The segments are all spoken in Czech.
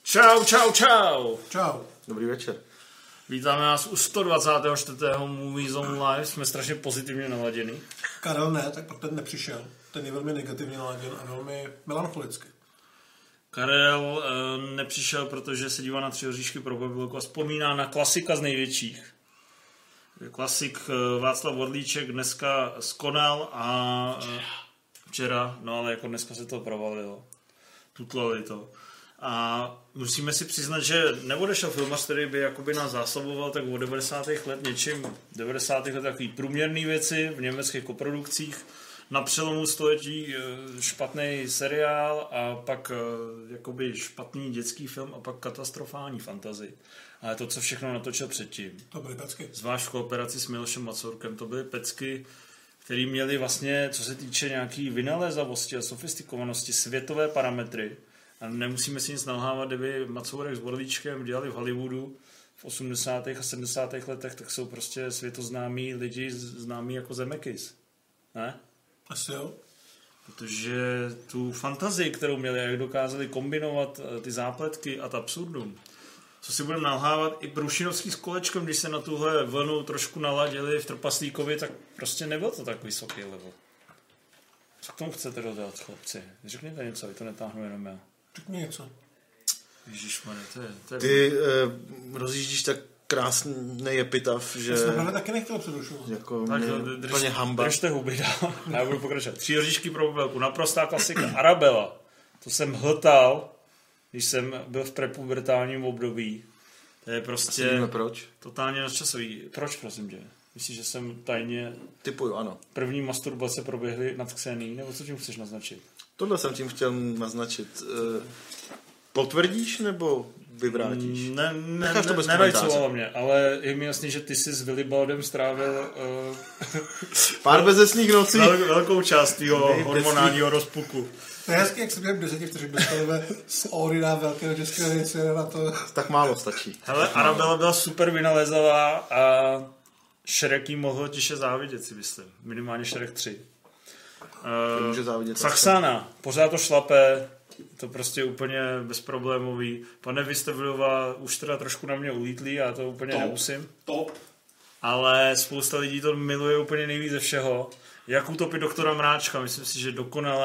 Čau. Čau. Dobrý večer. Vítáme nás u 124. Movie Zone Live, jsme strašně pozitivně naladěni. Karel ne, tak ten nepřišel. Ten je velmi negativně naladěn a velmi melancholický. Karel nepřišel, protože se dívá na Tři oříšky pro Babylonku a vzpomíná na klasika z největších. Klasik Václav Orlíček dneska skonal a včera, no ale jako dneska se to provalilo. Tutlali to. A musíme si přiznat, že neodešel filmař, který by jakoby nás zásoboval tak od 90. let něčím. 90. let takový průměrný věci v německých koprodukcích. Na přelomu století špatný seriál a pak jakoby špatný dětský film a pak katastrofální fantasy. Ale to, co všechno natočil předtím. To byly pecky. Zvlášť v kooperaci s Milošem Mazurkem. To byly pecky, které měly vlastně, co se týče nějaký vynalézavosti a sofistikovanosti, světové parametry. A nemusíme si nic nalhávat, kdyby Mazurek s Orlíčkem dělali v Hollywoodu v 80. a 70. letech, tak jsou prostě světoznámí lidi známí jako Zemeckis. Ne? Asi jo. Protože tu fantazii, kterou měli, jak dokázali kombinovat ty zápletky ad absurdum, co si budeme nalhávat, i Prušinovský s Kolečkem, když se na tuhle vlnu trošku naladili v Trpaslíkovi, tak prostě nebyl to tak vysoký level. Co k tomu chcete dodat, chlapci? Řekněte něco, vy to netáhnu jenom já. Řekni něco. Ježišmarja, to je... Ty rozjíždíš tak krásný epitaf, že... Já jsem právě taky nechtěl předušovat. Jako Tak úplně hamba. Držte huby dál. Já budu pokračovat. Tři oříšky pro Babylonku, naprostá klasika. Arabella. To jsem hltal, když jsem byl v prepubertálním období. To je prostě... Víme proč? Totálně nadčasový. Proč, prosím tě? Myslíš, že jsem tajně... Typuju, ano. První masturbace proběhly nad Xenií, nebo co tím chceš naznačit? Tohle jsem tím chtěl naznačit. Potvrdíš nebo vyvrátíš? Nerajcovalo mě, ale je mi jasný, že ty jsi s Willibaldem strávil pár bezesných nocí. velkou část tvýho hormonálního rozpuku. To je hezky, jak jsem měl 10 vteřin dostaneme z óry na velkého českého věci na to. Tak málo stačí. Hele, Arabella byla super vynalézavá a Shrek jí mohl tiše závidět, si myslím. Minimálně Shrek 3. Může závidět. Saxana, pořád to šlape, to prostě úplně bezproblémový. Pane Vystavljová už teda trošku na mě ulítlí, já to úplně nemusím. Top. Ale spousta lidí to miluje úplně nejvíc ze všeho. Jak utopit doktora Mráčka, myslím si, že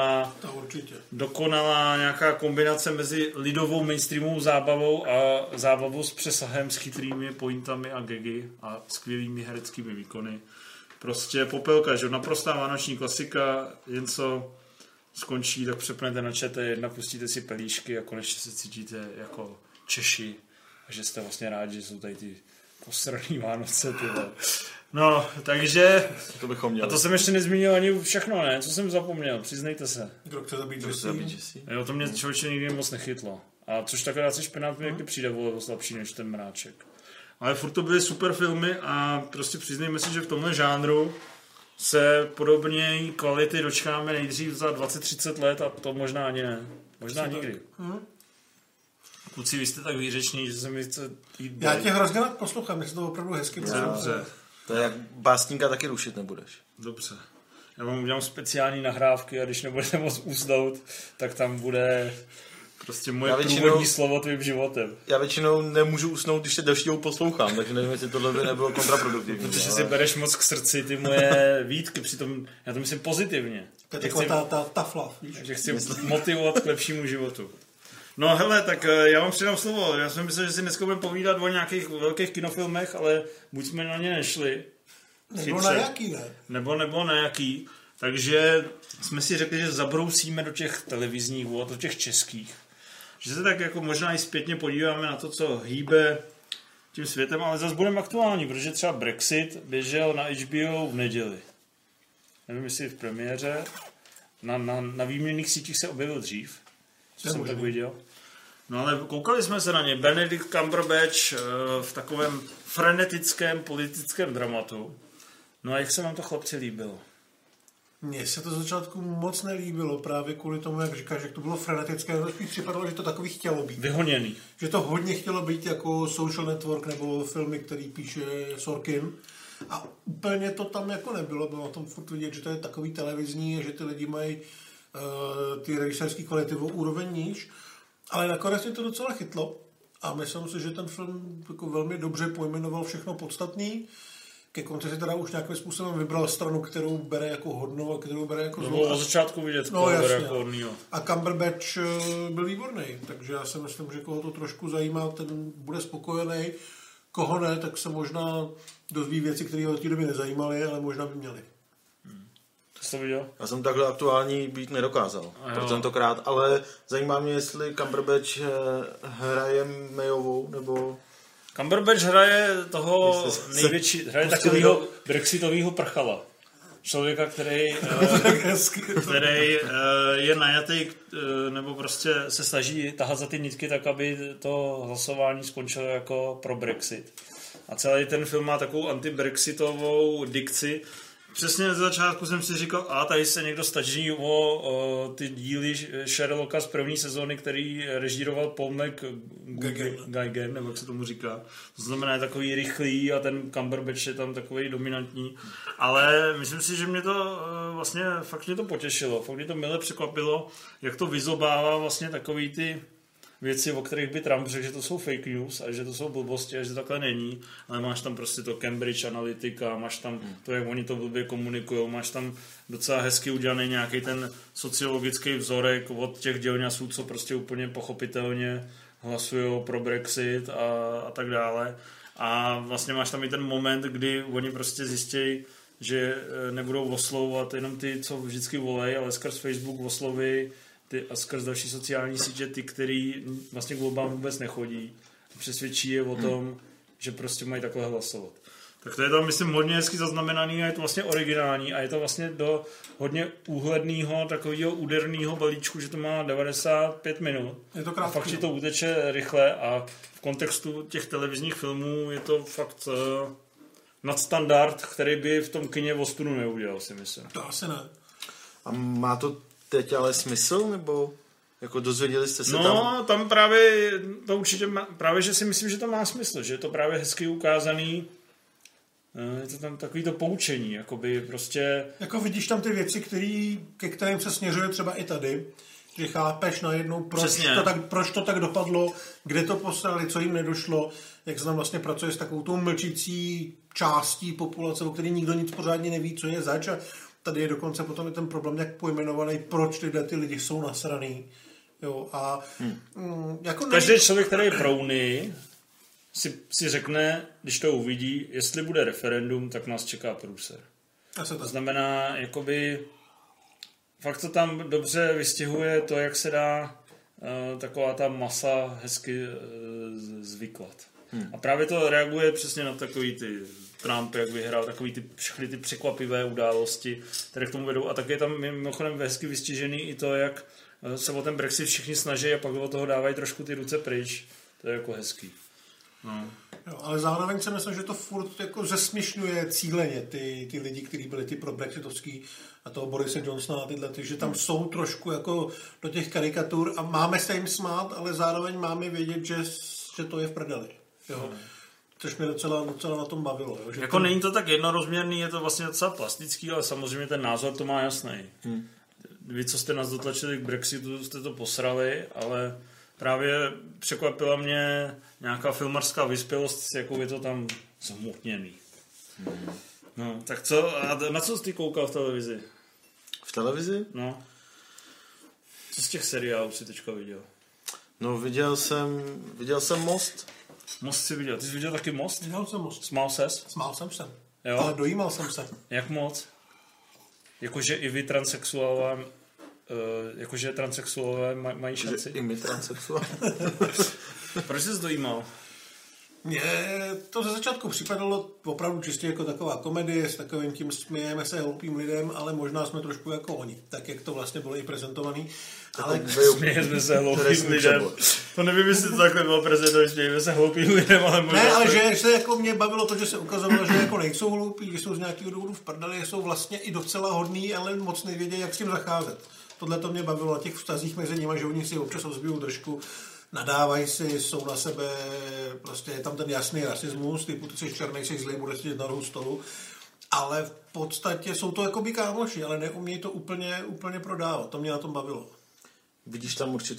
dokonalá nějaká kombinace mezi lidovou mainstreamovou zábavou a zábavou s přesahem, s chytrými pointami a gagy a skvělými hereckými výkony. Prostě popelka, že naprostá vánoční klasika, jen co skončí, tak přepnete na ČT1, pustíte si pelíšky a konečně se cítíte jako Češi a že jste vlastně rádi, že jsou tady ty posraný Vánoce, tyhle. No, takže... To bychom měli. A to jsem ještě nezmínil ani všechno, ne? Co jsem zapomněl? Přiznejte se. Kdo chce zabít Jesse? Jo, to mě člověče nikdy moc nechytlo. A což takhle asi špenát mi někdy přijde o slabší než ten Mráček. Ale furt to byly super filmy a prostě přiznejme si, že v tomhle žánru se podobně kvality dočkáme nejdřív za 20-30 let a to možná ani ne. Možná nikdy. Kluci, vy jste tak výřeční, že se mi chce jít Já tě hrozně rád poslouchám, jestli to opravdu hezky. Dobře. To je jak básníka taky rušit nebudeš. Dobře. Já vám udělám speciální nahrávky a když nebudete moc usnout, tak tam bude prostě moje průvodní slovo tvým životem. Já většinou nemůžu usnout, když se dalšího poslouchám, takže nevím, jestli tohle by nebylo kontraproduktivní. Protože si bereš moc k srdci ty moje výtky, přitom já to myslím pozitivně. To je taková ta tough love, víš? Takže chci motivovat k lepšímu životu. No hele, tak já vám přidám slovo. Já jsem myslel, že si dneska budeme povídat o nějakých velkých kinofilmech, ale buď jsme na ně nešli. Nebo na jaký, ne? Nebo na jaký. Takže jsme si řekli, že zabrousíme do těch televizních vod, do těch českých. Že se tak jako možná i zpětně podíváme na to, co hýbe tím světem, ale zase budeme aktuální, protože třeba Brexit běžel na HBO v neděli. Nevím, jestli v premiéře. Na výměnných sítích se objevil dřív. Co jsem tak viděl. No ale koukali jsme se na ně. Benedict Cumberbatch v takovém frenetickém politickém dramatu. No a jak se vám to, chlapci, líbilo? Mně se to z začátku moc nelíbilo, právě kvůli tomu, jak říkáš, že to bylo frenetické, to spíš připadalo, že to takový chtělo být. Vyhoněný. Že to hodně chtělo být jako Social Network nebo filmy, který píše Sorkin. A úplně to tam jako nebylo, bylo tam furt vidět, že to je takový televizní a že ty lidi mají ty režisérský kvality o úroveň níž. Ale nakonec mě to docela chytlo a myslím si, že ten film jako velmi dobře pojmenoval všechno podstatný. Ke konci si teda už nějakým způsobem vybral stranu, kterou bere jako hodnou a kterou bere jako To zlou. bylo od začátku vidět, No, jasně. bere jako hodnýho. A Cumberbatch byl výborný, takže já si myslím, že koho to trošku zajímá, ten bude spokojený. Koho ne, tak se možná dozví věci, které ho v té době nezajímaly, ale možná by měly. Jsi to viděl? Já jsem takhle aktuální být nedokázal pro tentokrát, ale zajímá mě, jestli Cumberbatch hraje Mayovou, nebo... Cumberbatch hraje toho největší, hraje takového brexitového prchala. Člověka, který je najatý, nebo prostě se snaží tahat za ty nitky tak, aby to hlasování skončilo jako pro Brexit. A celý ten film má takovou anti-brexitovou dikci. Přesně na začátku jsem si říkal, tady se někdo staží o ty díly Sherlocka z první sezóny, který režíroval Paul McGuigan, nebo jak se tomu říká. To znamená, je takový rychlý a ten Cumberbatch je tam takový dominantní. Ale myslím si, že mě to vlastně fakt mě to potěšilo. Fakt mě to mile překvapilo, jak to vyzobává vlastně takový ty věci, o kterých by Trump řekl, že to jsou fake news a že to jsou blbosti a že to takhle není, ale máš tam prostě to Cambridge Analytica, máš tam to, jak oni to blbě komunikujou, máš tam docela hezky udělaný nějaký ten sociologický vzorek od těch dělňasů, co prostě úplně pochopitelně hlasují pro Brexit a tak dále. A vlastně máš tam i ten moment, kdy oni prostě zjistějí, že nebudou oslovovat jenom ty, co vždycky volej, ale skrz Facebook osloví a skrz další sociální sítě ty, který vlastně k volbám vůbec nechodí. Přesvědčí je o tom, že prostě mají takhle hlasovat. Tak to je tam, myslím, hodně hezky zaznamenaný a je to vlastně originální a je to vlastně do hodně úhledného, takového úderného balíčku, že to má 95 minut. Je to a fakt, že to uteče rychle a v kontextu těch televizních filmů je to fakt nadstandard, který by v tom kině ostudu neudělal, si myslím. To asi ne. A má to teď ale smysl, nebo jako dozvěděli jste se tam? No, tam právě to určitě má, právě, že si myslím, že to má smysl, že je to právě hezky ukázaný, je to tam takový to poučení, jakoby prostě... Jako vidíš tam ty věci, ke kterým se směřuje třeba i tady, že chápeš najednou, proč to tak dopadlo, kde to poslali, co jim nedošlo, jak se tam vlastně pracuje s takovou tou mlčící částí populace, o který nikdo nic pořádně neví, co je zač. A tady je dokonce potom i ten problém, jak pojmenovaný, proč ty lidi jsou nasraný. Jo, a jako každý člověk, který je prouný, si řekne, když to uvidí, jestli bude referendum, tak nás čeká průser. To znamená, jakoby fakt to tam dobře vystihuje to, jak se dá taková ta masa hezky zvyklat. A právě to reaguje přesně na takový ty Trump, jak vyhrál, takový všechny ty překvapivé události, které k tomu vedou. A tak je tam mimochodem hezky vystižený i to, jak se o ten Brexit všichni snaží a pak od toho dávají trošku ty ruce pryč. To je jako hezký. No. Jo, ale zároveň si myslím, že to furt jako zesměšňuje cíleně ty lidi, kteří byli ty pro brexitovský a toho Borise Johnsona a tyhle, že tam jsou trošku jako do těch karikatur a máme se jim smát, ale zároveň máme vědět, že to je v prdeli. Jo. Což mě docela na tom bavilo. Jo, že jako není to tak jednorozměrný, je to vlastně docela plastický, ale samozřejmě ten názor to má jasný. Vy, co jste nás dotlačili k Brexitu, jste to posrali, ale právě překvapila mě nějaká filmarská vyspělost, jakou je to tam zhmotněný. No, tak co, a na co jsi koukal v televizi? V televizi? No. Co z těch seriálů jsi teďka viděl? No, viděl jsem Most. Most jsi viděl. Ty jsi viděl taky Most? Viděl jsem Most. Smál ses? Smál jsem se. Jo? Ale dojímal jsem se. Jak moc? Jakože i vy transsexuálové mají šanci? I my transsexuálové. Proč jsi dojímal? Mně to ze začátku připadalo opravdu čistě jako taková komedie s takovým tím smějeme se hloupým lidem, ale možná jsme trošku jako oni, tak jak to vlastně bylo i prezentovaný. Ale smějeme se hloupým lidem. To nevím, jestli to takhle bylo prezentovaný, smějeme se hloupým lidem, ale možná... Ne, ale že se jako mě bavilo to, že se ukazovalo, že jako nejsou hloupí, že jsou z nějakého důvodu v prdeli, jsou vlastně i docela hodný, ale moc nevědějí, jak s tím zacházet. Tohle to mě bavilo na těch vztazích mezi nimi, že oni si občas rozbijou držku, nadávají si, jsou na sebe, prostě je tam ten jasný rasismus, typu ty jsi černej, jsi zlý, budeš sedět na rohu stolu, ale v podstatě jsou to jakoby kámoši, ale neumějí to úplně prodávat, to mě na tom bavilo. Vidíš tam určitou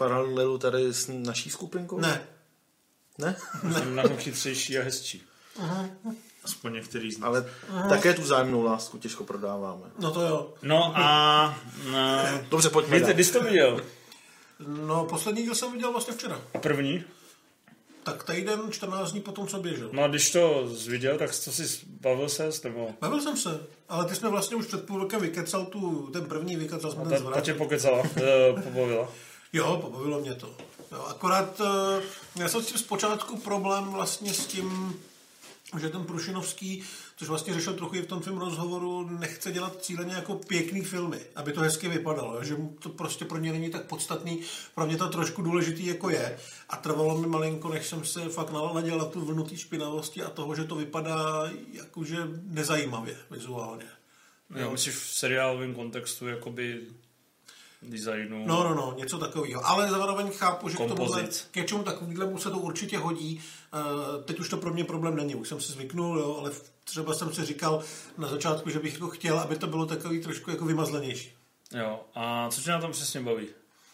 paralelu tady s naší skupinkou? Ne. Ne? Jsem mnohem chytřejší a hezčí. Aspoň některý z nás. Ale také tu vzájemnou lásku těžko prodáváme. No to jo. No a... Dobře, pojďme dál. Kdy jsi to viděl? No, poslední díl jsem viděl vlastně včera. První? Tak týden, 14 dní potom, co běžel. No a když to viděl, tak to si bavil ses, nebo... Bavil jsem se, ale ty jsme vlastně už před půl rokem vykecal ten první, vykecal jsme ten zvrat. Ta tě pokecala, pobavila. Jo, pobavilo mě to. Jo, akorát já jsem s tím zpočátku problém vlastně s tím, že ten Prušinovský, což vlastně řešil trochu i v tom svém rozhovoru, nechce dělat cíleně jako pěkný filmy, aby to hezky vypadalo, že to prostě pro ně není tak podstatný, pro mě to trošku důležitý jako je. A trvalo mi malinko, než jsem se fakt naladil na tu vlnu té špinavosti a toho, že to vypadá jakože nezajímavě vizuálně. Jo, myslíš v seriálovém kontextu, jakoby designu. No, něco takového. Ale zároveň chápu, že k něčemu takovému se to určitě hodí. Teď už to pro mě problém není, už jsem si zvyknul, jo, ale třeba jsem si říkal na začátku, že bych jako chtěl, aby to bylo takový trošku jako vymazlenější. Jo, a co tě na tom přesně baví?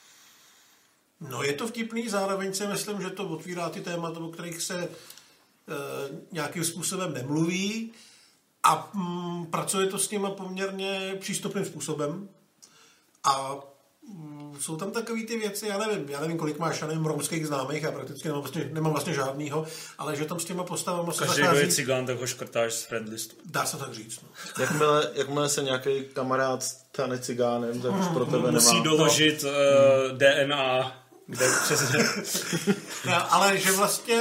No, je to vtipný, zároveň si myslím, že to otvírá ty témata, o kterých se nějakým způsobem nemluví a pracuje to s nima poměrně přístupným způsobem. A jsou tam takové ty věci, já nevím, kolik máš, já nevím, romských známých, já prakticky nemám vlastně žádnýho, ale že tam s těma postavama se zachází... Každý, kdo je cigán, tak ho škrtáš z friendlistu. Dá se tak říct, no. Jakmile se nějaký kamarád stane cigánem, tak už pro tebe nemá. Musí doložit DNA, kde přesně... No, ale že vlastně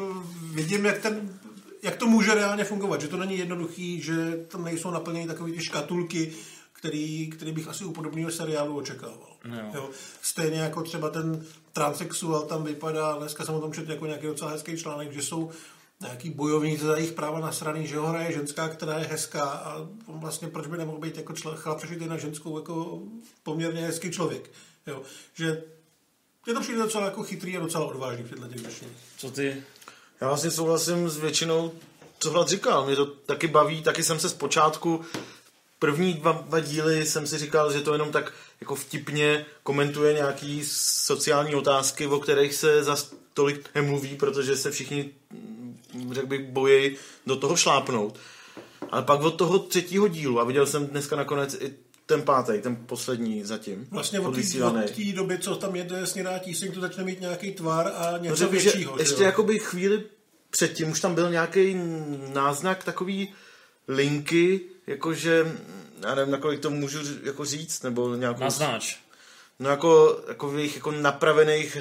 vidím, jak to může reálně fungovat, že to není jednoduchý, že tam nejsou naplněny takové ty škatulky, který bych asi u podobného seriálu očekával. Jo. Stejně jako třeba ten transsexuál tam vypadá, dneska jsem o tom četl jako nějaký docela hezký článek, že jsou nějaký bojovníci za jejich práva nasraný, že ho hraje ženská, která je hezká a vlastně proč by nemohl být jako chlap přešitý na ženskou jako poměrně hezký člověk. Jo. Že je to přijde docela jako chytrý a docela odvážný v těchto těch řešení. Co ty? Já vlastně souhlasím s většinou, co Vlad říkal. Mě to taky baví, taky jsem se zpočátku první dva díly jsem si říkal, že to jenom tak jako vtipně komentuje nějaký sociální otázky, o kterých se za tolik nemluví, protože se všichni, řekl bych, bojí do toho šlápnout. Ale pak od toho třetího dílu, a viděl jsem dneska nakonec i ten pátý, ten poslední zatím. Vlastně od té doby, co tam jede snědá tíseň, to začne mít nějaký tvar a něco většího. Ještě jakoby chvíli předtím už tam byl nějaký náznak takový linky, jakože, já nevím, nakolik to můžu jako říct, nebo nějakou... Naznač. No jako napravených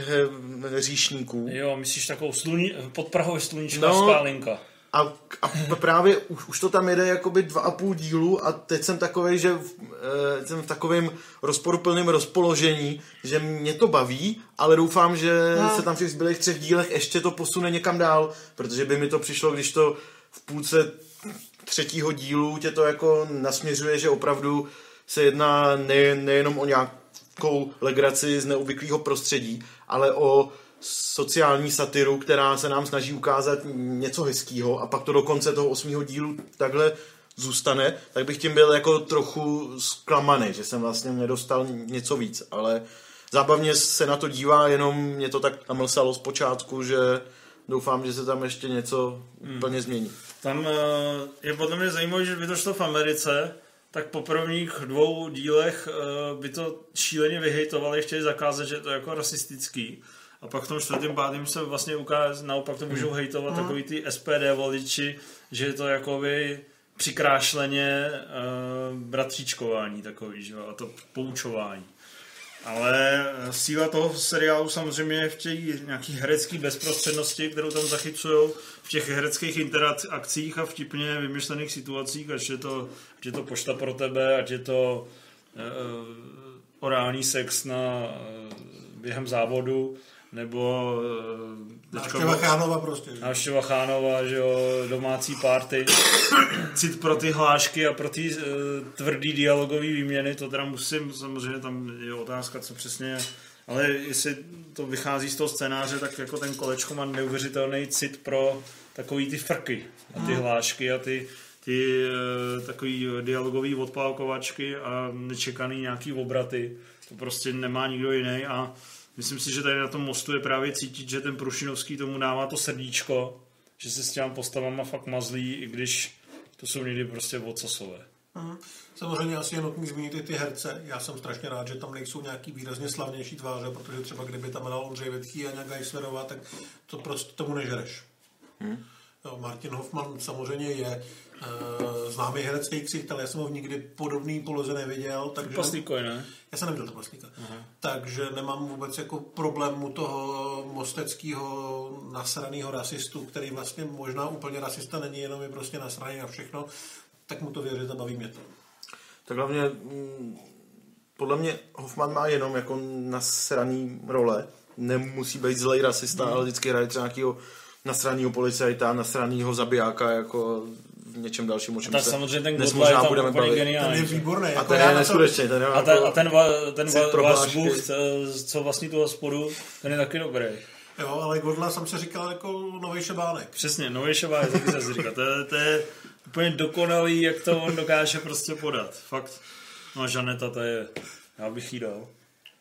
říšníků. Jo, myslíš takovou podprahově sluníčkářská linka. A právě už to tam jede jakoby 2,5 dílu a teď jsem takovej, že jsem v takovém rozporuplném rozpoložení, že mě to baví, ale doufám, že se tam v těch zbylých 3 dílech ještě to posune někam dál, protože by mi to přišlo, když to v půlce 3. dílu tě to jako nasměřuje, že opravdu se jedná nejenom o nějakou legraci z neobvyklého prostředí, ale o sociální satiru, která se nám snaží ukázat něco hezkýho a pak to do konce toho 8. dílu takhle zůstane, tak bych tím byl jako trochu zklamaný, že jsem vlastně nedostal něco víc, ale zábavně se na to dívá, jenom mě to tak namlsalo zpočátku, že doufám, že se tam ještě něco úplně změní. Tam je podle mě zajímavé, že by to šlo v Americe, tak po prvních 2 dílech by to šíleně vyhejtovali, chtěli zakázat, že je to jako rasistický. A pak v tom 4., 5. se vlastně ukáže, naopak to můžou hejtovat takový ty SPD voliči, že je to jakoby přikrášleně bratříčkování takový, že jo, a to poučování. Ale síla toho seriálu samozřejmě je v těch nějakých herecký bezprostřednosti, kterou tam zachycujou v těch hereckých interakcích a vtipně vymyšlených situacích, ať je to pošta pro tebe, ať je to orální sex během závodu, nebo návštěva Chánova prostě. Návštěva Chánova, že jo, domácí party. Cit pro ty hlášky a pro ty tvrdý dialogový výměny, to teda musím, samozřejmě tam je otázka, co přesně, ale jestli to vychází z toho scénáře, tak jako ten Kolečko má neuvěřitelný cit pro takový ty frky a ty hlášky a ty takový dialogový odpálkovačky a nečekaný nějaký obraty. To prostě nemá nikdo jiný a Myslím si, že tady na tom mostu je právě cítit, že ten Prušinovský tomu dává to srdíčko, že se s těma postavama fakt mazlí, i když to jsou někdy prostě ocasové. Samozřejmě asi je nutný zmínit i ty herce. Já jsem strašně rád, že tam nejsou nějaký výrazně slavnější tváře, protože třeba kdyby tam hrál Ondřej Větký a nějaká Geislerová, tak to prostě tomu nežereš. Jo, Martin Hoffman samozřejmě je známý herec ksicht, ale já jsem ho nikdy podobný poloze neviděl. Takže Paslíkoj, ne? Já jsem neviděl to Paslíka. Takže nemám vůbec jako problém u toho mosteckého nasranýho rasistu, který vlastně možná úplně rasista není, jenom je prostě nasraný na všechno, tak mu to věřit a baví mě to. Tak hlavně podle mě Hoffman má jenom jako nasraný role. Nemusí být zlej rasista, ale vždycky hraje třeba nějakého nasranýho policajta, nasranýho zabijáka jako v něčem dalším, o čem se samozřejmě ten dnes možná budeme bavit. Ten je výborný. A ten je neskutečný. A ten Vazbuch, co vlastně tu hospodu, ten je taky dobrý. Jo, ale Godla jsem se říkal jako nový Šebánek. Přesně, nový Šebánek, taky jsem si říkal. To je úplně dokonalý, jak to on dokáže prostě podat. Fakt. No a Žaneta, to je, já bych jí dal.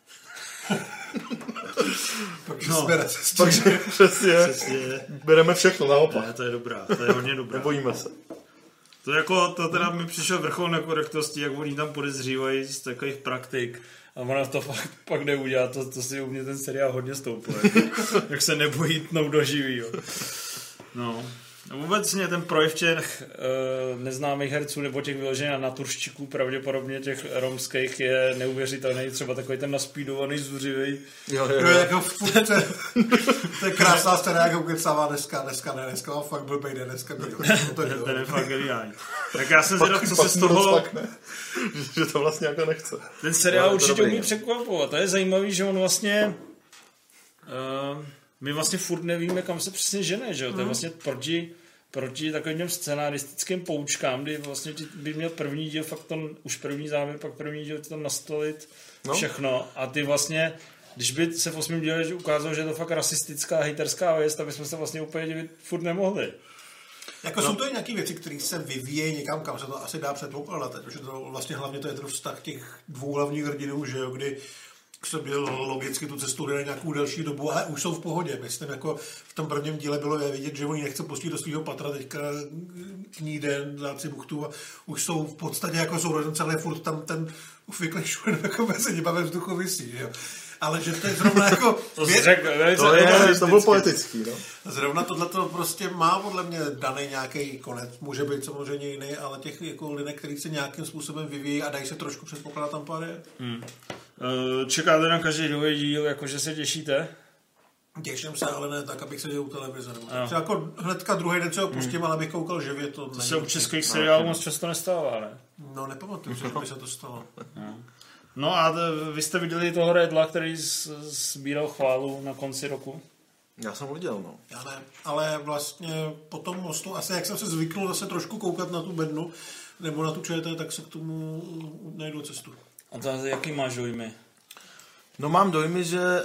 Takže přesně. Bereme všechno naopak. Ne, to je dobrá, to je hodně dobrá. Nebojíme se. To teda mi přišel vrchol nekorektnosti, jak oni tam podezřívají z takových praktik. A ona to pak neudělá, to si u mě ten seriál hodně stoupil. Jak se nebojí tnout do živýho. No. Obecně ten projev těch neznámých herců nebo těch vyložených naturščiků, pravděpodobně těch romských, je neuvěřitelný. Třeba takový ten naspídovaný, zuřivý. Jo. Jako to je krásná scéna, jak ho kecává dneska má fakt blbej den, dneska ten je fakt geniální. Tak já jsem zvědav, co se z toho... Že to vlastně jako nechce. Ten seriál určitě umí překvapovat. To je zajímavý, že on vlastně... my vlastně furt nevíme, kam se přesně žene, že jo? To je vlastně proti takovým scenaristickým poučkám, kdy vlastně by měl první díl, fakt už první závěr, pak první díl to nastolit všechno. A ty vlastně, když by se v 8. díle ukázalo, že je to fakt rasistická, hejterská věc, tak bychom se vlastně úplně divit furt nemohli. Jako jsou to i nějaké věci, které se vyvíjejí někam, kam se to asi dá předpokládat, protože to vlastně hlavně to je ten vztah těch dvou hlavních hrdinů, že jo, kdy se byl logicky tu cestu na nějakou delší dobu, ale už jsou v pohodě. Myslím, jako v tom prvním díle bylo vidět, že oni nechce pustit do svého patra, teďka k ní den, dát si buchtu a už jsou v podstatě jako sourozenci, ale furt tam ten ufvyklý šulen jako mezi nimi ve vzduchu visí, jo. Ale že to je zrovna jako... to bylo poetický, no. Zrovna tohleto prostě má podle mě daný nějaký konec. Může být samozřejmě jiný, ale těch jako linek, který se nějakým způsobem vyvíjí a dají se trošku předpokládat tam pár je. Čekáte na každý druhý díl, jakože se těšíte? Těším se, ale ne tak, abych seděl u televize. Třeba jako hnedka druhý den se ho pustím, ale abych koukal živě. To se u českých seriálů moc často nestává, ne? No nepamatuju si, že by se to stalo. No a vy jste viděli toho Redla, který sbíral chválu na konci roku? Já jsem ho viděl, no. Já ne, ale vlastně po tom mostu, asi jak jsem se zvyknul zase trošku koukat na tu bednu, nebo na tu ČT, tak se k tomu najdu cestu. A to jaký máš dojmy? No mám dojmy,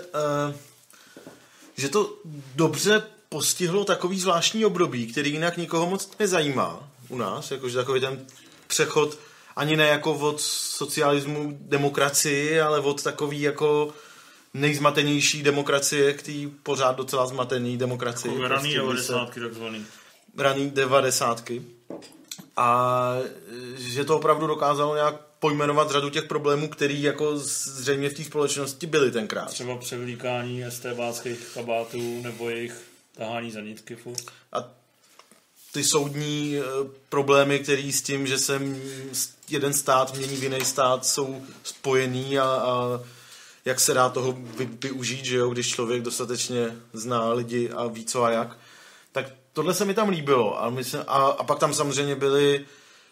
že to dobře postihlo takový zvláštní období, který jinak nikoho moc nezajímá u nás, jakože takový ten přechod ani ne jako od socialismu demokracii, ale od takový jako nejzmatenější demokracie k té pořád docela zmatený demokracii. Jako raný 90. takzvaný. Raný 90. A že to opravdu dokázalo nějak pojmenovat řadu těch problémů, který jako zřejmě v té společnosti byly tenkrát. Třeba převlíkání estébáckých kabátů nebo jejich tahání za nitky. A ty soudní problémy, které s tím, že se jeden stát mění v jiný stát, jsou spojený a jak se dá toho využít, že jo, když člověk dostatečně zná lidi a ví co a jak. Tak tohle se mi tam líbilo. A pak tam samozřejmě byly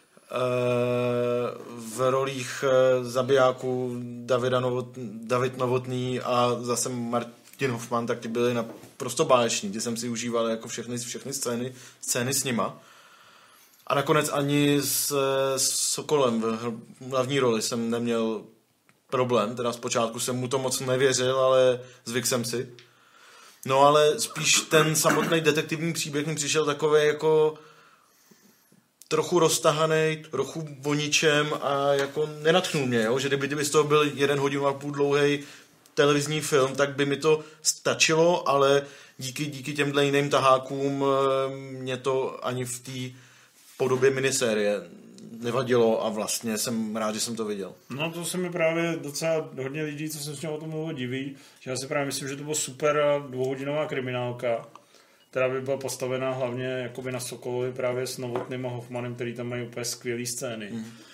v rolích zabijáků David Novotný a zase Martin Hoffman, tak ty byly naprosto báječní. Ty jsem si užíval jako všechny scény s nima. A nakonec ani s Sokolem v hlavní roli jsem neměl problém. Teda zpočátku jsem mu to moc nevěřil, ale zvyk jsem si. No ale spíš ten samotný detektivní příběh mi přišel takový jako trochu roztahanej, trochu o ničem a jako nenatchnul mě, jo? Že kdyby z toho byl 1,5 hodiny dlouhej, televizní film, tak by mi to stačilo, ale díky těmhle jiným tahákům mě to ani v té podobě minisérie nevadilo a vlastně jsem rád, že jsem to viděl. No to se mi právě docela hodně lidí, co jsem s ním o tom mluvil, diví, že já si právě myslím, že to byla super 2hodinová kriminálka, která by byla postavená hlavně jakoby na Sokolovi právě s Novotným a Hoffmanem, který tam mají úplně skvělý scény.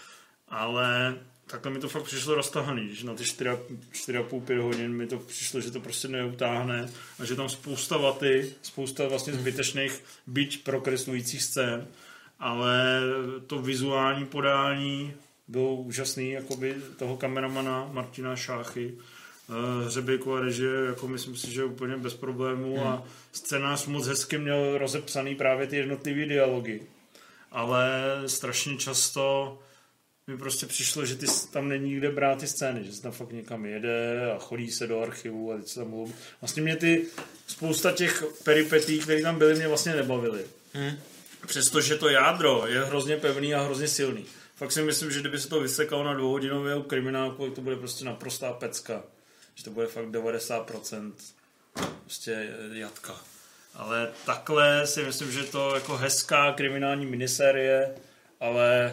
Ale takhle mi to fakt přišlo roztahaný, že na ty 4,5-5 hodin mi to přišlo, že to prostě neutáhne a že tam spousta vaty, spousta vlastně zbytečných byť prokreslujících scén, ale to vizuální podání bylo úžasný, jakoby toho kameramana Martina Šáchy, hřebejku a režie, jako myslím si, že úplně bez problémů a scénář moc hezky měl rozepsaný právě ty jednotlivé dialogy, ale strašně často mi prostě přišlo, že tam není kde brát ty scény, že se tam fakt někam jede a chodí se do archivu a teď se tam mluví. Vlastně mě spousta těch peripetí, které tam byly, mě vlastně nebavily. Přestože to jádro je hrozně pevný a hrozně silný. Fakt si myslím, že kdyby se to vysekalo na 2hodinovou kriminálku, to bude prostě naprostá pecka. Že to bude fakt 90% prostě jatka. Ale takhle si myslím, že to jako hezká kriminální minisérie, ale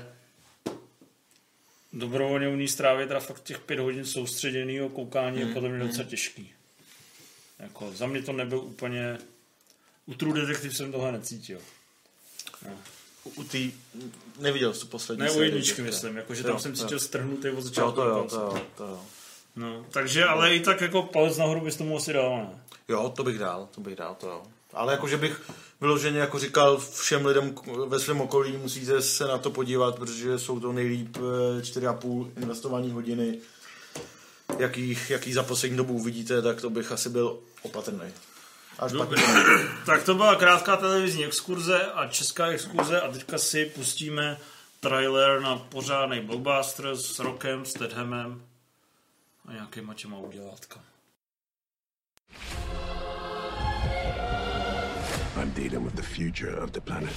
dobrovolně u ní strávit teda fakt těch 5 hodin soustředěnýho koukání je podle mě docela těžký. Jako, za mě to nebyl úplně... U True Detective jsem tohle necítil. No. U tý... Neviděl jsi tu poslední sérii. Ne, u jedničky myslím, jakože tam jsem cítil strhnutý od začátku. To jo. No, takže, ale i tak jako palec nahoru bys tomu asi dal, ne? Jo, to bych dal, to jo. Ale jakože bych vyloženě jako říkal všem lidem ve svém okolí, musíte se na to podívat, protože jsou to nejlíp 4,5 investované hodiny, jaký za poslední dobu uvidíte, tak to bych asi byl opatrný. Tak to byla krátká televizní exkurze a česká exkurze a teďka si pustíme trailer na pořádnej blockbuster s Rockem, Stathamem a nějakýma těma udělátka. I'm dealing with the future of the planet.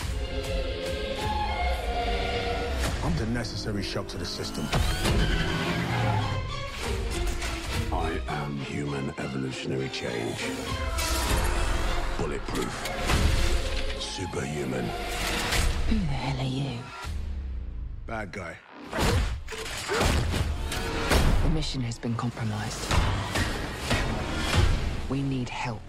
I'm the necessary shock to the system. I am human evolutionary change. Bulletproof. Superhuman. Who the hell are you? Bad guy. The mission has been compromised. We need help.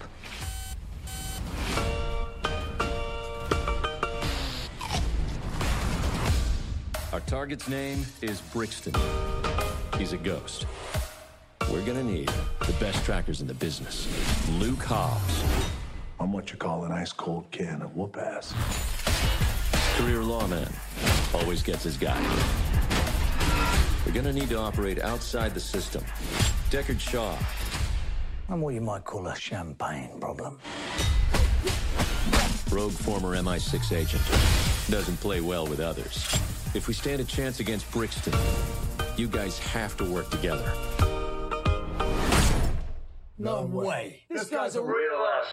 Our target's name is Brixton. He's a ghost. We're gonna need the best trackers in the business. Luke Hobbs. I'm what you call an ice-cold can of whoop-ass. Career lawman. Always gets his guy. We're gonna need to operate outside the system. Deckard Shaw. I'm what you might call a champagne problem. Rogue former MI6 agent. Doesn't play well with others. If we stand a chance against Brixton, you guys have to work together. No way. This guy's a real ass.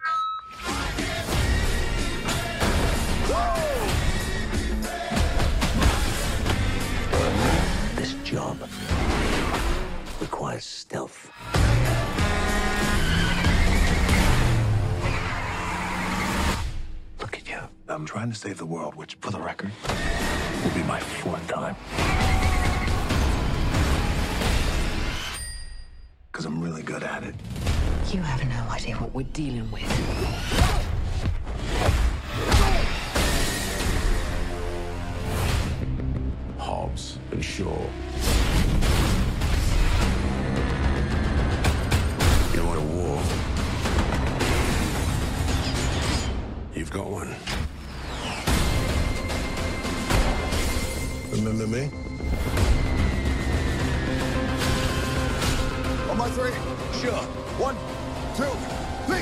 This job requires stealth. Look at you. I'm trying to save the world, which, for the record, will be my 4th time. Because I'm really good at it. You have no idea what we're dealing with. Hobbs and Shaw. You want a war? You've got one. Remember me? On my 3, sure. 1, 2, 3.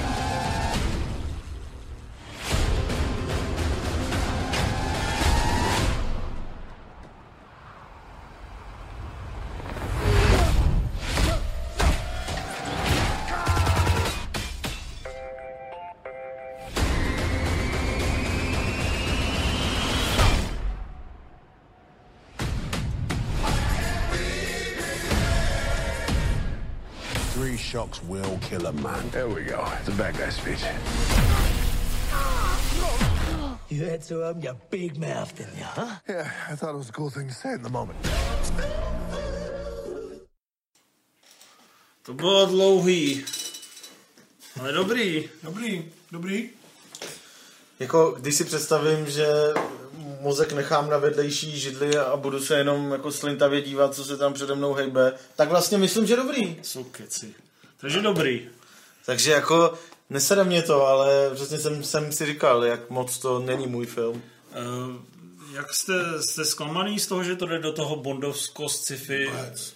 shocks will kill a man. There we go. The bad guy speech. You had to open your big mouth, didn't you, huh? Yeah, I thought it was a cool thing to say in the moment. To bylo dlouhý. Ale dobrý. Dobrý. Jako, když si představím, že mozek nechám na vedlejší židli a budu se jenom jako slintavě dívat, co se tam přede mnou hejbe, tak vlastně myslím, že dobrý. Jsou keci. Takže dobrý. Takže jako, nesede mě to, ale přesně jsem si říkal, jak moc to není můj film. Jak jste zklamaný z toho, že to jde do toho bondovsko sci-fi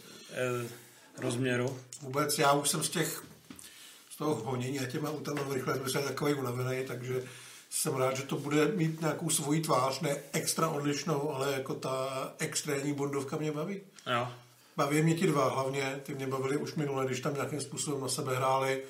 rozměru? Vůbec, já už jsem z toho honění a těma autama rychle jsem takový unavený, takže jsem rád, že to bude mít nějakou svoji tvář, ne extra odlišnou, ale jako ta extrémní bondovka mě baví. Jo. Baví mě ti dva hlavně, ty mě bavili už minule, když tam nějakým způsobem na sebe hráli.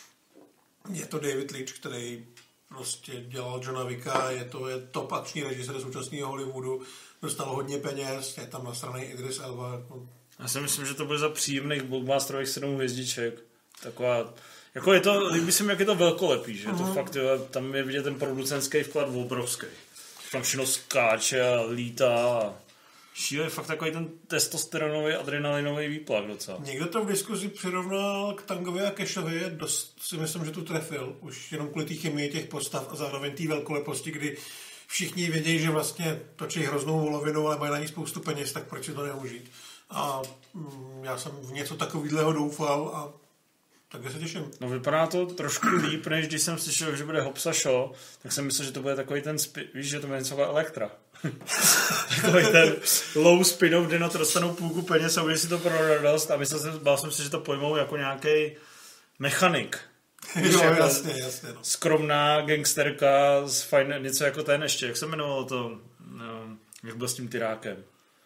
Je to David Leitch, který prostě dělal Johna Wicka, je top akční režisér současného Hollywoodu, dostal hodně peněz, je tam nasranej Idris Elba. Já si myslím, že to bude za příjemných blockbusterových 7 hvězdiček. Taková, jako je to, líbí se mi, jak je to velkolepý, že to fakt, tam je vidět ten producentský vklad obrovský. Tam všechno skáče a lítá a šíle fakt takový ten testosteronový, adrenalinový výplach docela. Někdo to v diskuzi přirovnal k Tangovi a Cashovi, dost si myslím, že tu trefil. Už jenom kvůli té chemii těch postav a zároveň té velkoleposti, kdy všichni vědějí, že vlastně točí hroznou volovinu, ale mají na ní spoustu peněz, tak proč si to neužít. A já jsem v něco takového doufal a takže se těším. No vypadá to trošku líp, než když jsem slyšel, že bude Hobbs a Shaw, tak jsem myslel, že to bude takový ten víš, že to bude něco jako Elektra. Takový ten low spin-off, kde na to dostanou půlku peněz a bude si to pro radost a bál jsem si, že to pojmou jako nějaký mechanik. Jo, jako jasně. No. Skromná gangsterka z fajn, něco jako ten ještě, jak se jmenovalo to, jak byl s tím tyrákem?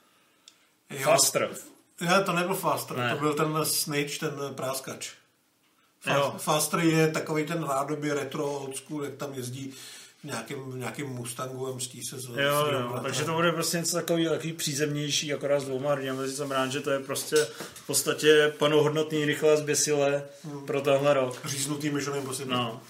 Faster. Já, to nebyl Faster, ne. To byl ten Snitch, ten práskač. Faster je takový ten rádoby retro old school, jak tam jezdí v nějakým Mustangu a mstí se. Jo, takže to bude prostě něco takový přízemnější, akorát s dvouma hrdinami. Jsem rád, že to je prostě v podstatě plnohodnotný, rychle a zběsilé pro tenhle rok. Říznutý Mission Impossible. No.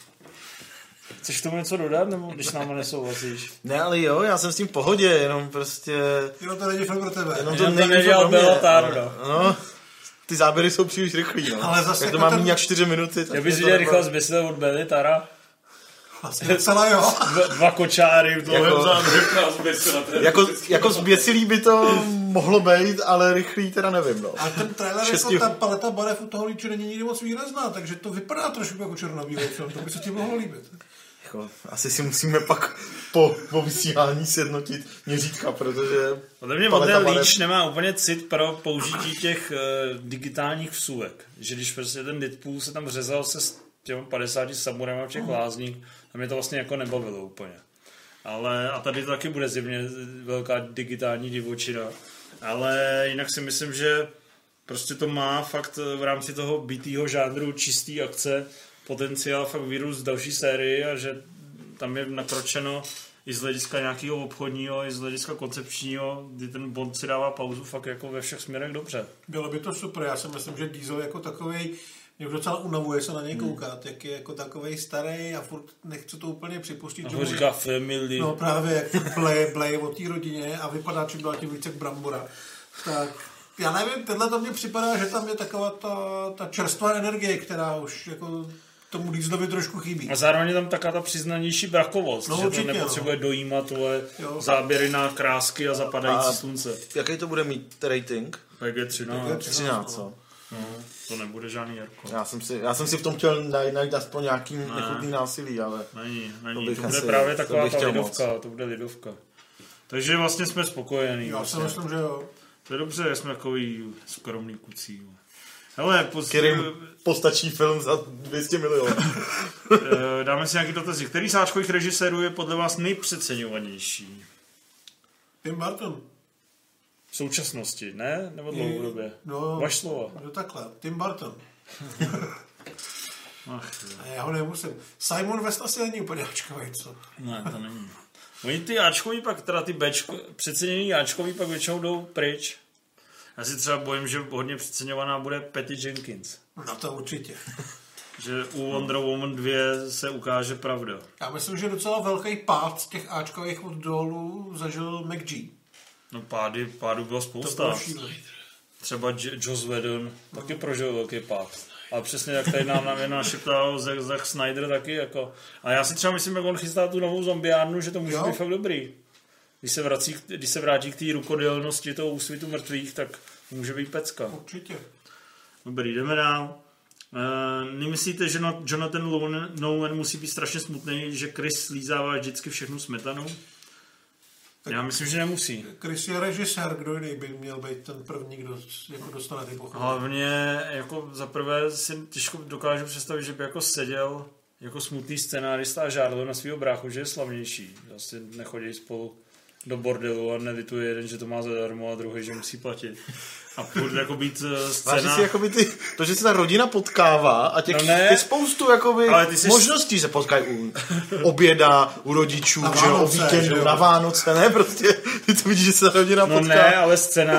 Chceš k tomu něco dodat, nebo když s náma nesouhlasíš? Ne, ale jo, já jsem s tím v pohodě, jenom prostě... Jenom to není film pro tebe. Jenom to nedělal Bela Tarda. No, ty záběry jsou příliš rychlý, no. Ale zase jak to mám nějak 4 minuty. Já bys viděl rychle zběsilé od Bely Tara. Vlastně celá jo. Dva kočáry v dlouhém záběru a zběsilé. Jako zběsilý by to mohlo být, ale rychlý teda nevím, no. A ten trailer, jako ta paleta barev u toho Leitche není nikdy moc výrazná, takže to vypadá trošku jako černobílý film, to by se ti mohlo líbit. Jako, asi si musíme pak po vysílání sjednotit měřítka, protože... Podle mě model Leitch nemá úplně cit pro použití těch digitálních vsuvek. Že když prostě ten Deadpool se tam řezal se s těmi 50 samurajma v těch lázních, a mě to vlastně jako nebavilo úplně. Ale, a tady to taky bude zjevně velká digitální divočina. Ale jinak si myslím, že prostě to má fakt v rámci toho bitýho žánru čistý akce potenciál fakt vyrůst další sérii a že tam je nakročeno i z hlediska nějakého obchodního, i z hlediska koncepčního, kdy ten Bond si dává pauzu fakt jako ve všech směrech dobře. Bylo by to super, já si myslím, že Diesel jako takovej mě už docela unavuje se na něj koukat, jak je jako takovej starý a furt nechci to úplně připustit. A ho říká family. No právě, jak bleje o té rodině a vypadá čím dál tím více jak brambora. Tak já nevím, tenhle to mně připadá, že tam je taková ta čerstvá energie, která už jako tomu Dieselovi trošku chybí. A zároveň je tam taká ta přiznanější brakovost, no, že určitě, to nepotřebuje dojímat tohle záběry na krásky a zapadající slunce. Jaký to bude mít rating? PG-13. 13, co? No, to nebude žádný jarko. Já jsem si v tom chtěl najít aspoň nějaký nechutný násilí, ale... Není. To bude právě taková ta lidovka, to bude lidovka. Takže vlastně jsme spokojení. Já si myslím, že jo. To je dobře, jsme takový skromný kucí. Hele, kterým postačí film za 200 milionů. Dáme si nějaký dotazy. Který z sáčkových režisérů je podle vás nejpřeceňovanější? Tim Burton. V současnosti, ne? Nebo dlouhodobě? No, vaš slova. No takhle, Tim Burton. Já ho nemusím. Simon West asi není úplně áčkový, co? Ne, to není. Oni ty áčkový pak, teda ty přeceněný áčkový pak většinou jdou pryč. Já si třeba bojím, že hodně přeceňovaná bude Patty Jenkins. No to určitě. Že u Wonder Woman 2 se ukáže pravda. Já myslím, že docela velký pád z těch Ačkových od dolů zažil McG. No pádů bylo spousta. Třeba Joss Whedon taky prožil velký pád. Ale přesně jak tady nám našeptal Zack Snyder taky jako. A já si třeba myslím, jak on chystá tu novou zombiárnu, že to může být fakt dobrý. Když se vrátí k té rukodělnosti toho úsvitu mrtvých, tak může být pecka. Určitě. Dobrý, jdeme dál. Nemyslíte, že Jonathan Nolan musí být strašně smutný, že Chris slízává vždycky všechnu smetanu? Tak já myslím, že nemusí. Chris je režisér, kdo jiný by měl být ten první, kdo jako dostane ty pochvaly. Hlavně jako zaprvé si těžko dokážu představit, že by jako seděl jako smutný scénárista a žádal na svýho bráchu, že je slavnější. Vlastně nechodí spolu do bordelu a nelituje jeden, že to má zadarmo a druhý, že musí platit. A půjde jako být scéna... Váží si jakoby to, že se ta rodina potkává a těch spoustu jakoby možností se potkají u oběda, u rodičů, že o víkendu, na Vánoce, ne? Prostě ty to vidíš, že se ta rodina potká. No ne, ale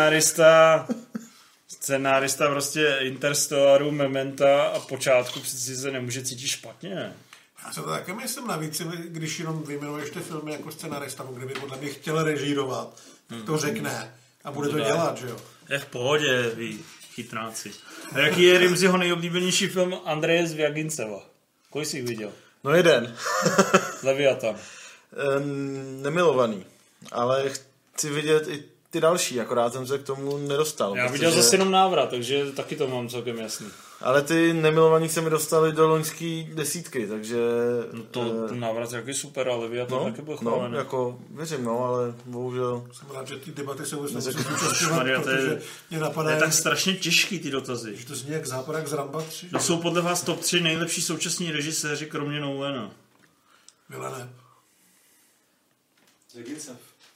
scenárista prostě Interstellaru, Mementa a počátku přeci se nemůže cítit špatně. Já se to také myslím navíc, když jenom vyjmenuješ ty filmy jako scenárista, kdyby podle mě chtěl režírovat, to řekne a bude to dělat, že jo? Je v pohodě, vy chytráci. A jaký je Rimziho nejoblíbenější film Andreje Zviaginceva? Kolik jsi jich viděl? No jeden. Leviatan. Nemilovaný, ale chci vidět i ty další, akorát jsem se k tomu nedostal. Já viděl zase jenom návrat, takže taky to mám celkem jasný. Ale ty nemilovaní se mi dostali do loňský 10, takže... No to návrat je taky super, ale Leviatan taky byl chválený. No, jako věřím, ale bohužel... Jsem rád, že ty debaty jsou protože mě napadá... Je tak strašně těžký ty dotazy. Že to zní jak Záporák z Ramba 3. To jsou podle vás top 3 nejlepší současní režiséři, kromě Nolana. Villeneuve. Zegincev.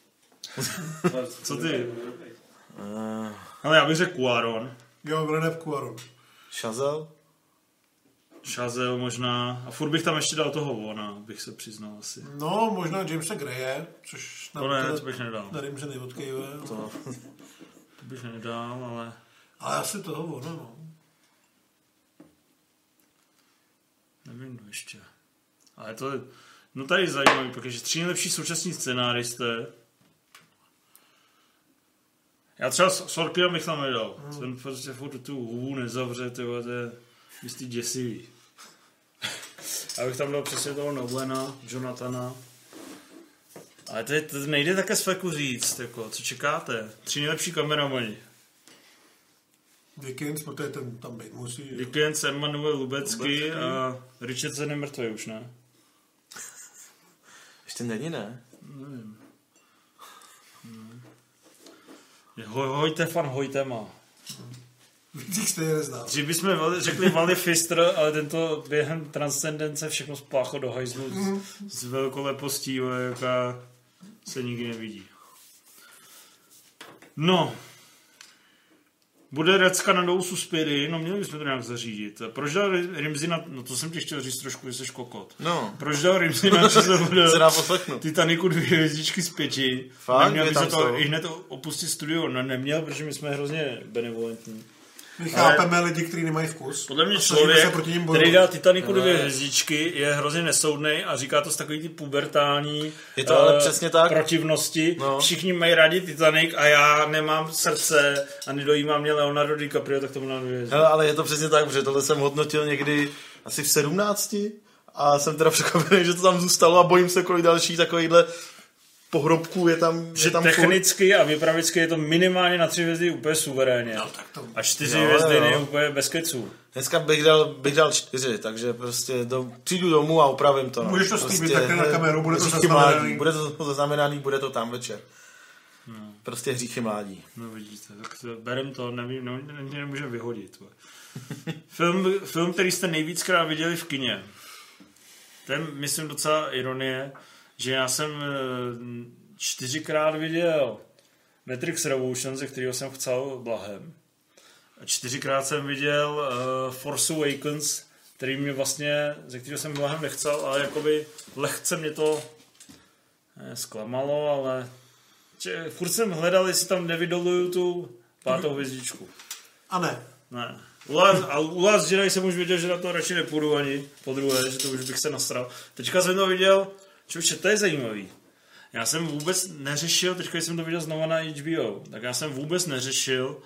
Co ty? Ale já bych řekl Cuarón. Jo, Villeneuve, Cuarón. Chazelle možná. A furt bych tam ještě dal toho Vona, bych se přiznal asi. No, možná Jamesa Graye, což... To bych nedal. Na Rimze neodkejuje. To bych nedal, ale... Ale asi toho Vona, no. Nevím, ještě. Ale to je... No tady je zajímavý, protože 3 nejlepší současní scenáristé. Já třeba Sorkina bych tam nedal. Ten prostě furt tu hubu nezavře, to je jistý děsivý. Já bych tam dal přesně toho Nolana, Jonathana. Ale to nejde také z fleku říct, jako, co čekáte? 3 nejlepší kameramani. Dickens, protože ten tam být musí. Dickens, Emanuel Lubecký a Richardson je mrtvý už, ne? Ještě není, ne? Nevím. Hojte fan Hojtema. Víc jste je neznal. Dřív bychom řekli Wally Pfister, ale tento během transcendence všechno spáchlo do hajzlu s velkolepostí, jaká se nikdy nevidí. No. Bude Recka na dou Suspiry, no měli bychom to nějak zařídit. Proč dal Rimzi na... No to jsem ti chtěl říct trošku, že jsi kokot. No. Proč dal Rimzi na Titaniku 2 hvězdičky z 5? Fakt? Neměl by se to i hned opustit studio? No neměl, protože my jsme hrozně benevolentní. My chápeme lidi, kteří nemají vkus. Podle mě člověk, který dá Titaniku 2 hvězdičky, je hrozně nesoudnej a říká to z takový ty pubertální je to ale přesně tak. Protivnosti. No. Všichni mají rádi Titanic a já nemám srdce a nedojímá mě Leonardo DiCaprio, tak tomu nadvěřím. Ale je to přesně tak, protože tohle jsem hodnotil někdy asi v 17 a jsem teda překvapený, že to tam zůstalo a bojím se, kolik další takovýhle pohrobků je tam. Že tam technicky a vypravicky je to minimálně na 3 hvězdy úplně suverénně. No, tak to... A 4 hvězdy je úplně bez keců. Dneska bych dal 4, takže prostě přijdu domů a opravím to. No. Můžeš to slíbit takhle na kameru, bude to zaznamenaný. Bude to zaznamenaný, bude to tam večer. No. Prostě hříchy mládí. No vidíte, tak to, berem to, nevím, nemůžeme vyhodit. Film, který jste nejvíckrát viděli v kině. Ten, myslím, docela ironie, že já jsem 4krát viděl Matrix Revolution, ze kterého jsem chcel blahem. A 4krát jsem viděl Force Awakens, který mě vlastně, ze kterého jsem blahem nechcel, ale jakoby lehce mě to zklamalo, ale furt jsem hledal, jestli tam nevydoluju tu 5. hvězdičku. A ne. Ne. U Last Jedi jsem už věděl, že na to radši nepůjdu ani po druhé, že to už bych se nasral. Teďka jsem to viděl, člověče, to je zajímavý. Já jsem vůbec neřešil, teďka jsem to viděl znova na HBO, tak já jsem vůbec neřešil,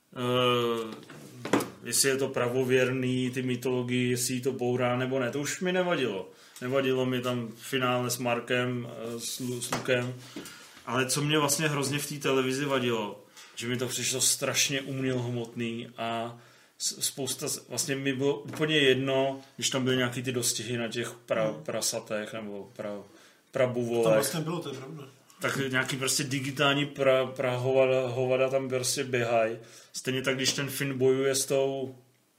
jestli je to pravověrný, ty mytologii, jestli jí to bourá nebo ne. To už mi nevadilo. Nevadilo mi tam finále s Markem, s Lukem. Ale co mě vlastně hrozně v té televizi vadilo, že mi to přišlo strašně umělhmotný a spousta, vlastně mi bylo úplně jedno, když tam byly nějaký ty dostihy na těch prasatech nebo prabuvolech. To vlastně bylo, to je pravda. Tak nějaký prostě digitální hovada tam prostě běhají. Stejně tak, když ten Finn bojuje s tou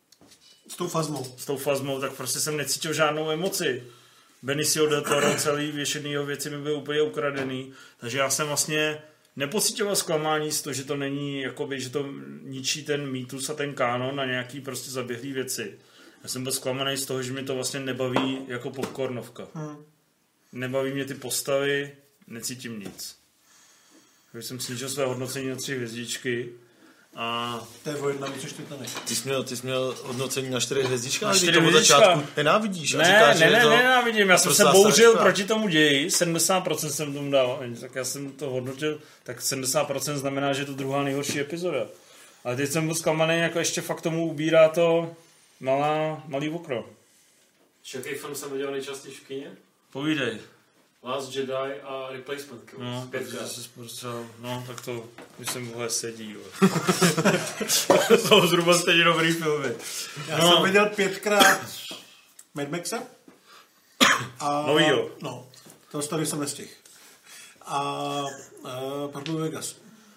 fazmou, tak prostě jsem necítil žádnou emoci. Benicio del Toro, celý většiny jeho věci mi byly úplně ukradený. Takže já jsem vlastně nepocitoval zklamání z toho, že to není, jakoby, že to ničí ten mýtus a ten kánon na nějaký prostě zaběhlý věci. Já jsem byl zklamaný z toho, že mě to vlastně nebaví jako popcornovka. Nebaví mě ty postavy, necítím nic. Takže jsem snížil své hodnocení na 3 hvězdičky. A... To je o jedna víc, než Titanic. Ty jsi měl hodnocení na 4 hvězdička, na 4 tomu začátku nenávidíš. Ne, nenávidím, já jsem se bouřil proti tomu ději, 70% jsem tomu dal, tak já jsem to hodnotil, tak 70% znamená, že je to druhá nejhorší epizoda. Ale teď jsem byl zklamaný, jako ještě fakt tomu ubírá to malý okno. Jaký film jsem viděl nejčastěji v kině? Povídej. Last Jedi a Replacement Killers. 5krát. No, tak to, když jsem vhle sedí. To jsou zhruba stejně dobrý filmy. Já jsem viděl 5krát Mad Maxa. Novýho. No, toho tady jsem nestihl. A pak byl Vegas.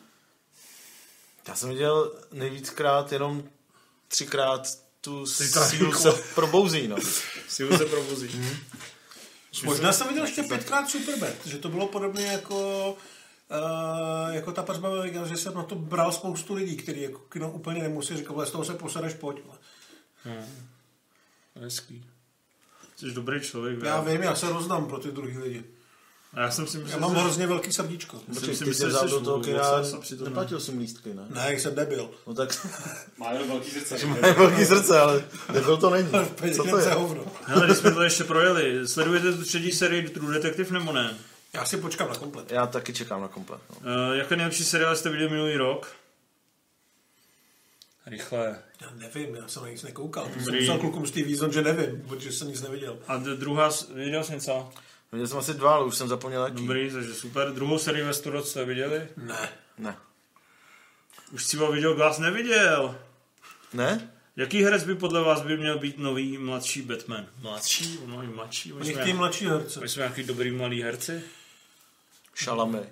Já jsem viděl nejvíckrát jenom 3krát tu sílu se probouzí, no. Sílu se probouzí. Možná jsem viděl ještě 5krát Superbad, že to bylo podobně jako ta pařba ve Vegas, že jsem na to bral spoustu lidí, kteří jako kino úplně nemusí, říkal, z toho se posadeš, pojď. Hezký. Jsi dobrý člověk. Já vím, já se rozdám pro ty druhý lidi. Já mám hrozně velký srdíčko. Ty jsi vzal do toho kina, neplatil jsem lístky, ne? Ne, jsem debil. No tak... Má jenom velký srdce. Má velký srdce, ale debil to není. Co to je? Hele, když jsme to ještě projeli, sledujete tu 3. sérii True Detective nebo ne? Já si počkám na komplet. Já taky čekám na komplet. No. Jaký nejlepší seriál jste viděli minulý rok? Rychle. Já nevím, já jsem na nic nekoukal. Jsem psal klukům z té výzon, že nevím, protože jsem nic neviděl. A druhá, viděl jsi něco? Viděl jsem asi 2, ale už jsem zapomněl jaký. Dobrý, takže super. Druhou sérii Westworld jste viděli? Ne. Už si viděl Glass neviděl. Ne? Jaký herec by podle vás měl být nový mladší Batman? Mladší? Mladší? Někdy mladší herce. My jsme nějaký dobrý malý herci? Chalamet.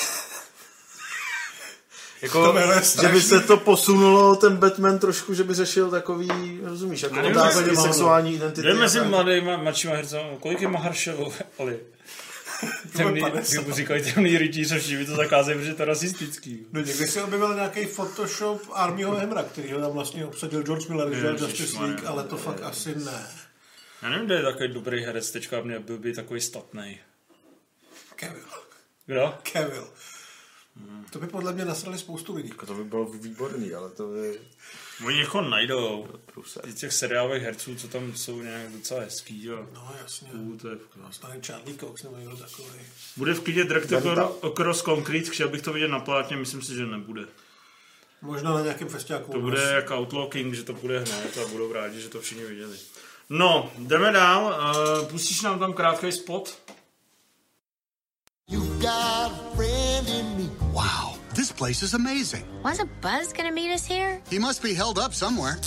Jako, že by se to posunulo, ten Batman trošku, že by řešil takový, rozumíš, jako otázky sexuální identity. Jdeme mezi mladšíma hercema, kolik je Mahershala Ali? Kdyby říkají temný rytíř a všichni to zakázejí, protože to je rasistický. No někdy si objevil nějaký Photoshop Armyho Hammera, který ho tam vlastně obsadil George Miller, když dělal Justice League, ale to fakt asi ne. Já nevím, kde je takový dobrý herec, teďka byl by takový statnej. Cavill. Kdo? Cavill. To by podle mě nasrali spoustu lidí. To by bylo výborný, ale to je... Oni někoho najdou. Těch seriálových herců, co tam jsou nějak docela hezký, jo. No jasně. To je Stane Charlie Cox nebo někdo takový. Bude v kyně Director Across Concrete, chtěl bych to vidět na plátně, myslím si, že nebude. Možná na nějakém festiáku. To bude jako Outlaw King, že to bude hned a budou rádi, že to všichni viděli. No, jdeme dál. Pustíš nám tam krátký spot? You've got a friend in me. Wow, this place is amazing. Wasn't Buzz gonna meet us here? He must be held up somewhere.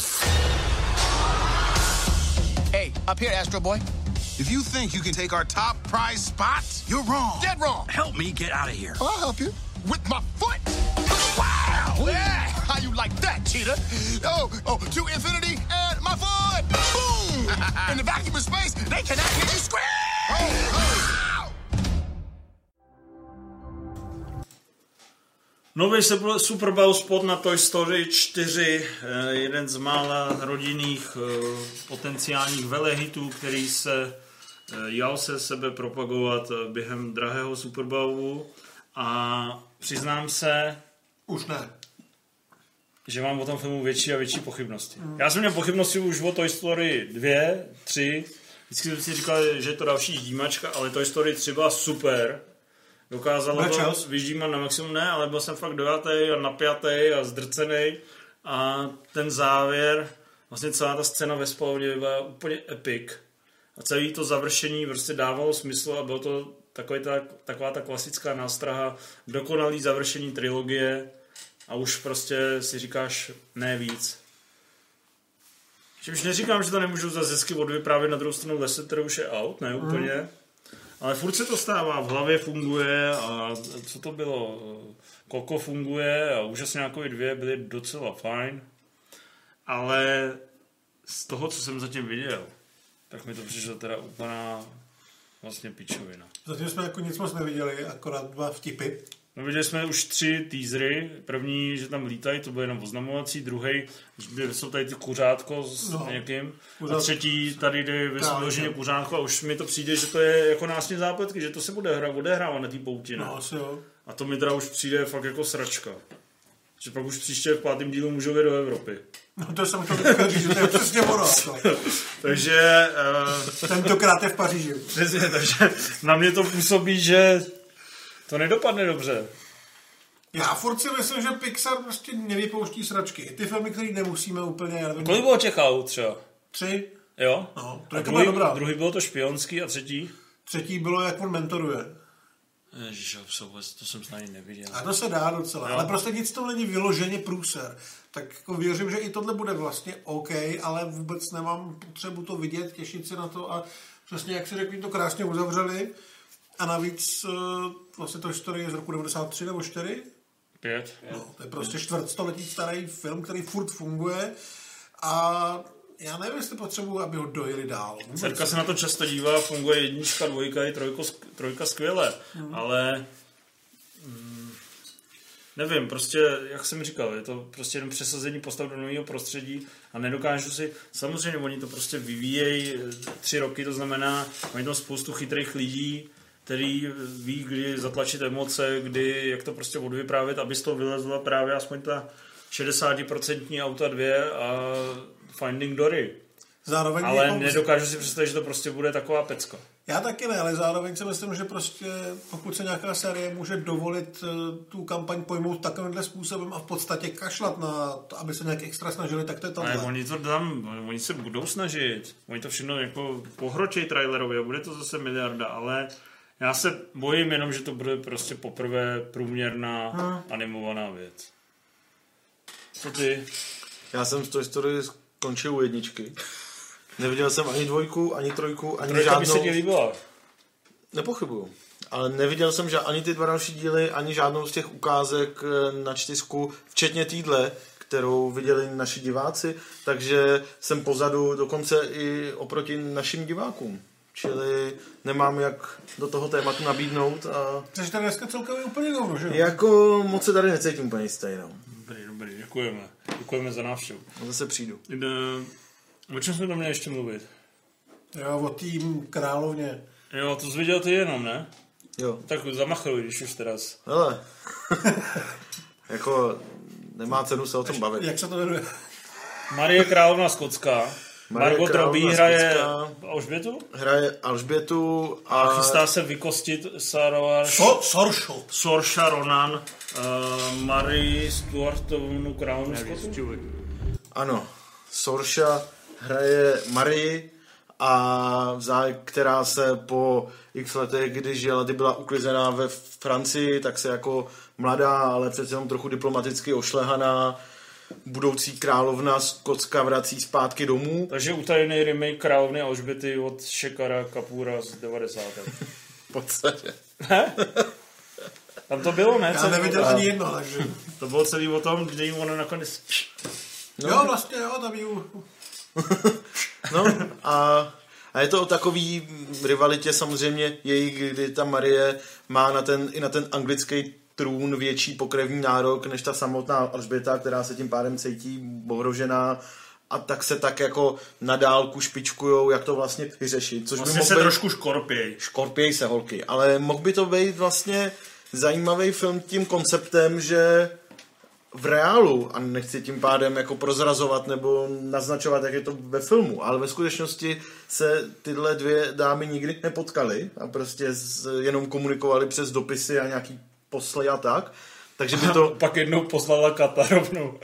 Hey, up here, Astro Boy. If you think you can take our top prize spot, you're wrong. Dead wrong. Help me get out of here. I'll help you. With my foot. Wow! Yeah! How you like that, Cheetah? Oh, to infinity and my foot! Boom! In the vacuum of space, they cannot hear you scream! Nový Super Bowl spot na Toy Story 4, jeden z mála rodinných potenciálních velehitů, který se jal se sebe propagovat během drahého Super Bowlu a přiznám se... Už ne. že mám o tom filmu větší a větší pochybnosti. Já jsem měl pochybnosti už o Toy Story 2, 3. Vždycky jsem si říkal, že je to další ždímačka, ale Toy Story 3 byla super. Dokázalo to vyždímat na maximum, ne, ale byl jsem fakt dojatý a napjatý a zdrcený. A ten závěr, vlastně celá ta scéna ve spalovně byla úplně epic. A celé to završení prostě dávalo smysl a bylo to taková ta klasická nástraha, dokonalý završení trilogie a už prostě si říkáš ne víc. Čímž neříkám, že to nemůžu zase hezky odvyprávět, na druhou stranu Lasseter už je out, ne úplně. Ale furt se to stává, v hlavě funguje a co to bylo? Koko funguje a úžasně nějaké 2 byly docela fajn. Ale z toho, co jsem zatím viděl, tak mi to přišlo teda úplná vlastně pičovina. Zatím jsme jako nic moc neviděli, akorát 2 vtipy. No, viděli jsme už 3 teasery. První, že tam lítají, to byl jenom oznamovací. Druhý, že jsou tady ty kuřátko s někým. A třetí, tady jde vyloženě kuřátko a už mi to přijde, že to je jako násně zápletky, že to se bude odehrávat na té poutině. No, asi jo. A to mi teda už přijde fakt jako sračka. Že pak už příště v 5. dílu můžou jít do Evropy. No to jsem to teďka říct, že to je přesně ono. Takže... tentokrát je v Paříži. Přesně, takže na mě to působí, že to nedopadne dobře. Já furt si myslím, že Pixar prostě nevypouští sračky. Ty filmy, které nemusíme úplně... Kolik bylo těch aut třeba? 3. Jo? No, to je to dobrá. Druhý bylo to špionský a třetí? Třetí bylo, jak on mentoruje. Ježiš, to jsem snad neviděl. A to se dá docela, ale prostě nic to není vyloženě průser. Tak jako věřím, že i tohle bude vlastně OK, ale vůbec nemám potřebu to vidět, těšit se na to a přesně jak si řekli, to krásně uzavřeli. A navíc vlastně to historie je z roku 93 nebo 4? 5. No, to je prostě čtvrtstoletí starý film, který furt funguje a já nevím, jestli potřebuji, aby ho dojeli dál. Dcerka se na to často dívá, funguje 1, 2 i 3 skvěle, ale nevím, prostě, jak jsem říkal, je to prostě jenom přesazení postav do nového prostředí a nedokážu si, samozřejmě oni to prostě vyvíjejí 3 roky, to znamená, mají tam spoustu chytrých lidí, který ví, kdy zatlačit emoce, kdy, jak to prostě odvyprávět, aby z toho vylezla právě aspoň ta 60% auta 2 a Finding Dory. Zároveň ale nedokážu si představit, že to prostě bude taková pecka. Já taky ne, ale zároveň si myslím, že prostě pokud se nějaká série může dovolit tu kampaň pojmout takovýmhle způsobem a v podstatě kašlat na to, aby se nějak extra snažili, tak to je tohle. Oni se budou snažit. Oni to všechno jako pohročej trailerově, bude to zase miliarda, ale já se bojím jenom, že to bude prostě poprvé průměrná animovaná věc. Co ty? Já jsem z Toy Story skončil u 1. Neviděl jsem ani 2, ani 3, ani žádnou. Trojka by se ti líbila. Nepochybuju. Ale neviděl jsem že ani ty 2 další díly, ani žádnou z těch ukázek na 4, včetně týdle, kterou viděli naši diváci, takže jsem pozadu dokonce i oproti našim divákům. Čili nemám jak do toho tématu nabídnout. Takže tady dneska celkově úplně hovno, že jo? Jako moc se tady necítím úplně jistý, no. Dobrý, děkujeme. Děkujeme za návštěvu. Zase přijdu. O čem jsme tam měli ještě mluvit? Jo, o tým královně. Jo, to jsi viděl ty jenom, ne? Jo. Tak zamachluj, když už teraz. Hele. Jako nemá cenu se o tom bavit. Jak se to jmenuje? Marie Královna Skotská. Margot Robbie hraje Alžbětu? Hraje Alžbětu a chystá se vykostit Saoirse Ronan, Marie Stuartovnu Královnu Skotskou. Ano, Saoirse hraje Marie, která se po x letech, kdy byla uklizená ve Francii, tak se jako mladá, ale přece jenom trochu diplomaticky ošlehaná budoucí královna Skotska vrací zpátky domů. Takže utajený remake Královny Alžběty od Shekara Kapura z 90. V podstatě. Ne? Tam to bylo, ne? Já neviděl ani jedno, takže... To bylo celý o tom, kde jim ona nakonec... No. Jo, vlastně, jo, tam jí... No a je to o takový rivalitě samozřejmě jejich, kdy ta Marie má i na ten anglický trůn větší pokrevní nárok než ta samotná Alžběta, která se tím pádem cítí ohrožená a tak se tak jako na dálku špičkujou, jak to vlastně vyřešit. Což vlastně by se trošku škorpěj. Škorpěj se holky, ale mohl by to být vlastně zajímavý film tím konceptem, že v reálu, a nechci tím pádem jako prozrazovat nebo naznačovat, jak je to ve filmu, ale ve skutečnosti se tyhle dvě dámy nikdy nepotkaly a prostě jenom komunikovali přes dopisy a nějaký posly a tak. Takže by to... Pak jednou poslala Kata rovnou.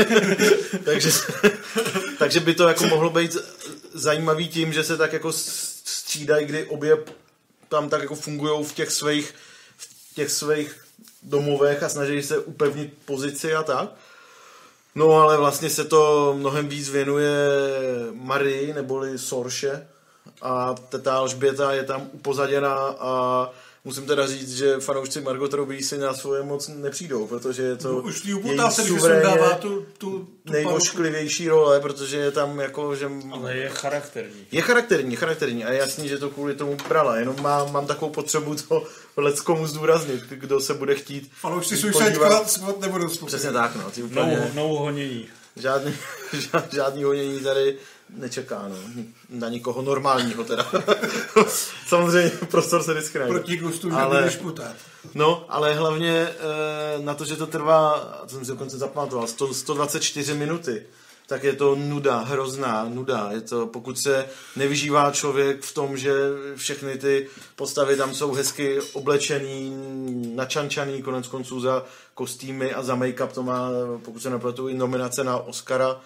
takže by to jako mohlo být zajímavý tím, že se tak jako střídají, kdy obě tam tak jako fungujou v těch svých domovech a snaží se upevnit pozici a tak. No ale vlastně se to mnohem víc věnuje Marii, neboli Sorše, a teta Alžběta je tam upozaděná a musím teda říct, že fanoušci Margot Robbie si na svoje moc nepřijdou, protože je to její suverénně nejvošklivější role, protože je tam jako, že... Ale je charakterní. Je charakterní a je jasný, že to kvůli tomu brala, jenom mám takovou potřebu to leckomu zdůraznit, kdo se bude chtít. Fanoušci Suicide Squad nebudou spokojení. Přesně tak, no. No honění. Žádný honění tady nečeká, no. Na nikoho normálního teda. Samozřejmě prostor se vždycky najde. Proti gustu nebudeš putat. No, ale hlavně na to, že to trvá, to jsem si dokonce zapamatoval, 124 minuty, tak je to nuda, hrozná nuda. Je to, pokud se nevyžívá člověk v tom, že všechny ty postavy tam jsou hezky oblečený, načančaný, konec konců za kostýmy a za make-up, to má, pokud se nepletu, i nominace na Oscara,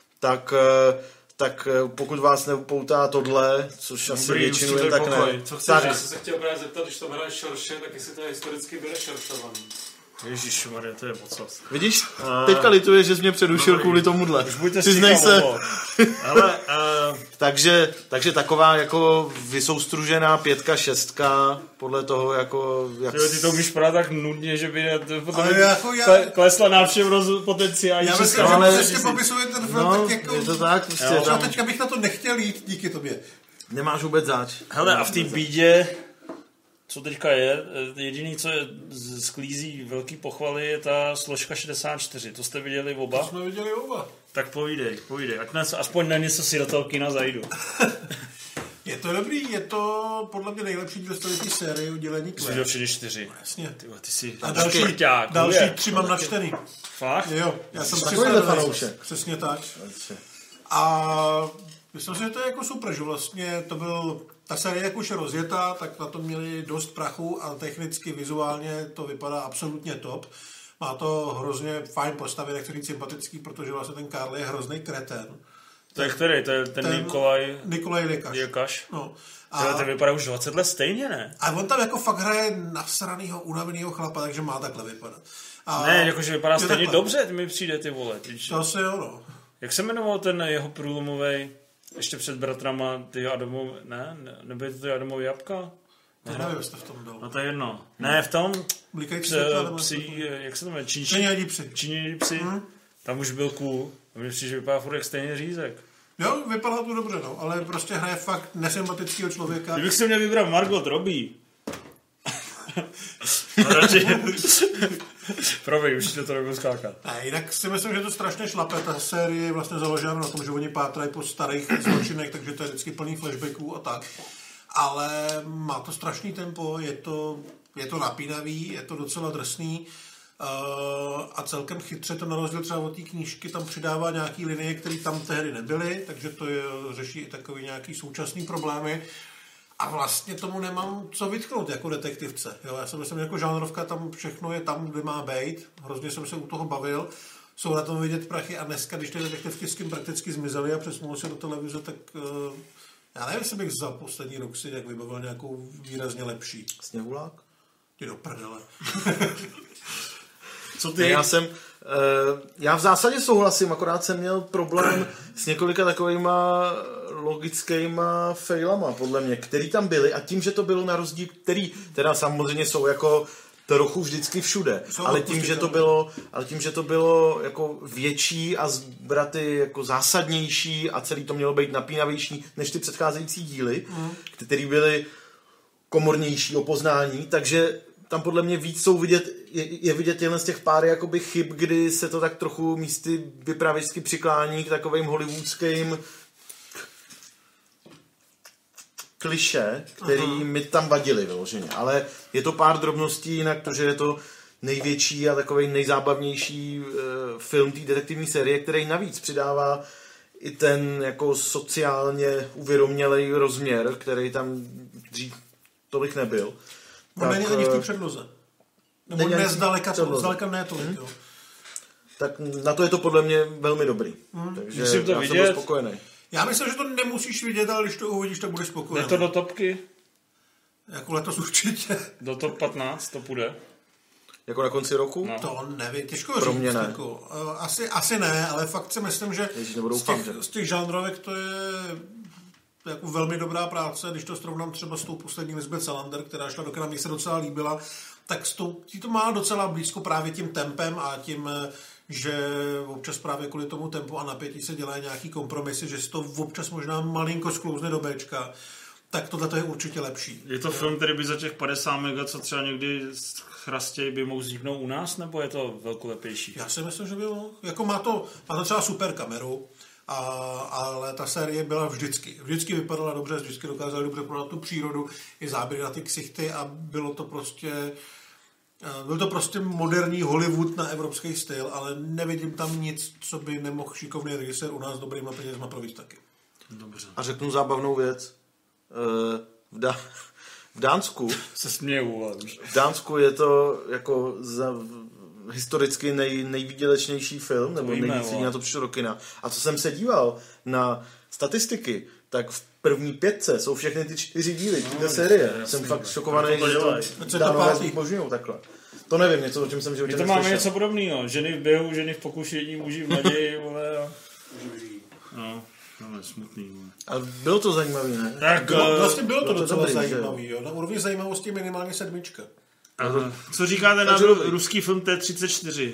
tak pokud vás neupoutá tohle, což asi většinu jen tak ne. Co chceš, já jsem se chtěl právě zeptat, když to hraje širše, tak jestli to je historicky bude šeršovaný. Ježišmarja, to je moc. Vidíš? Teďka lituje, že jsi mě přerušil kvůli tomuhle. Už buďte si se. Hele, takže taková jako vysoustružená 5, 6, podle toho jako... Ty to umíš právě tak nudně, že by potom klesla návštěvnost potenciální. Já myslím, že přesně popisuje ten film tak jako... Je to tak, prostě tam... Teďka bych na to nechtěl jít díky tobě. Nemáš vůbec zač. Hele, a v té bídě... Co teďka je, jediný, co je sklízí velký pochvaly, je ta složka 64. To jste viděli oba? To jsme viděli oba. Tak povídej. Ať aspoň na něco si do toho kina zajdu. Je to dobrý, je to podle mě nejlepší díl té série Udělení Claire. Jsi viděl všechny 4. Jasně. Ty jsi a další 3 mám načtený. Fakt? Jo, já jsem takovýhle fanoušek. Přesně tak. A myslím si, že to je jako super, že vlastně to byl... Ta série, jak už je rozjetá, tak na to měli dost prachu a technicky, vizuálně to vypadá absolutně top. Má to hrozně fajn postavy, nechci říct sympatický, protože vlastně ten Karl je hrozný kreten. To je který? To je ten Nikolaj Lékař. No. A to vypadá už 20 let stejně, ne? A on tam jako fakt hraje nasranýho, unavenýho chlapa, takže má takhle vypadat. Ne, jakože vypadá stejně dobře, mi přijde ty vole. To asi jo, no. Jak se jmenoval ten jeho průlomovej, ještě před bratrama, ty Adamov, ne? Nebyly to ty Adamovy jabka? To nevím, jestli v tom dal. No to je jedno. Ne, v tom psí, jak se to jmenuje? Číňaní psi. Tam už byl cool. A mně přijde, že vypadá furt jak stejný řízek. Jo, vypadá to dobře, no, ale prostě hraje fakt nesympatického člověka. Kdybych si měl vybrat Margot Robbie. Promiň, už to nebudu skákat. Ne, jinak si myslím, že to strašně šlape. Ta série je vlastně založena na tom, že oni pátrají po starých zločinech, takže to je vždycky plný flashbacků a tak. Ale má to strašný tempo, je to napínavý, je to docela drsný a celkem chytře to na rozdíl třeba od té knížky tam přidává nějaký linie, které tam tehdy nebyly, takže to řeší i takový nějaký současný problémy. A vlastně tomu nemám co vytknout jako detektivce. Jo, já si myslím, že jako žánrovka tam všechno je tam, kde má být. Hrozně jsem se u toho bavil. Jsou na tom vidět prachy a dneska, když ty detektivky s tím prakticky zmizely a přesunuli se do televize, tak já nevím, jestli bych za poslední rok si nějak vybavil nějakou výrazně lepší. Sněhulák? Ty do prdele. Co ty? Já v zásadě souhlasím, akorát jsem měl problém s několika takovýma logickýma failama, podle mě, který tam byly a tím, že to bylo na rozdíl, který teda samozřejmě jsou jako trochu vždycky všude, ale tím, že to bylo jako větší a zbraty jako zásadnější a celý to mělo být napínavější než ty předcházející díly, které byly komornější o poznání, takže tam podle mě víc jsou vidět, je vidět jeden z těch pár jakoby chyb, kdy se to tak trochu místy vypravěčsky přiklání k takovým hollywoodským klišé, který mi tam vadili vyloženě. Ale je to pár drobností, jinak to, že je to největší a takový nejzábavnější film té detektivní série, který navíc přidává i ten jako sociálně uvědomělej rozměr, který tam dřív tolik nebyl. On není ani v té předloze. Nebo zdaleka ne tolik, jo. Tak na to je to podle mě velmi dobrý. Takže musím to já vidět. jsem byl spokojený. Já myslím, že to nemusíš vidět, ale když to uvidíš, tak budeš spokojený. Je to do topky? Jako letos určitě. Do top 15 to půjde? Jako na konci roku? No. To nevím, těžko Pro říct. mě ne. Jako, asi ne, ale fakt si myslím, že z těch žánrovek to je jako velmi dobrá práce. Když to srovnám třeba s tou poslední Lisbeth Salander, která šla do kina, mě se docela líbila, tak ti to má docela blízko právě tím tempem a tím, že občas právě kvůli tomu tempu a napětí se dělají nějaký kompromisy, že se to občas možná malinko sklouzne do Bčka, tak tohle je určitě lepší. Je to film, který by za těch 50 mega, co třeba někdy chrastěj, by mohl vzniknout u nás, nebo je to velkolepější? Já si myslím, že by mohl. Jako má to třeba super kameru, ale ta série byla vždycky vypadala dobře, vždycky dokázala dobře prodat tu přírodu, i záběry na ty ksichty a byl to prostě moderní Hollywood na evropský styl, ale nevidím tam nic, co by nemohl šikovný režisér u nás dobrýma penězma provést taky. Dobře. A řeknu zábavnou věc. V Dánsku se směju, ale v Dánsku je to jako historicky nejvýdělečnější film, nebo nejvíc na to přišlo do kina. A co jsem se díval na statistiky, tak v první 5 jsou všechny ty 4 díly té série. Jsem fakt šokovaný, že to Dánové zbožňujou takhle. To nevím, něco, o čem jsem v životě neslyšel. My to máme něco podobného. Ženy v běhu, ženy v pokušení, muži v naději, vole. No, je smutný, vole. Ale bylo to zajímavé, ne? Tak, vlastně bylo to docela zajímavé, jo. Na úrovni zajímavosti minimálně 7. Co říkáte na ruský film T-34?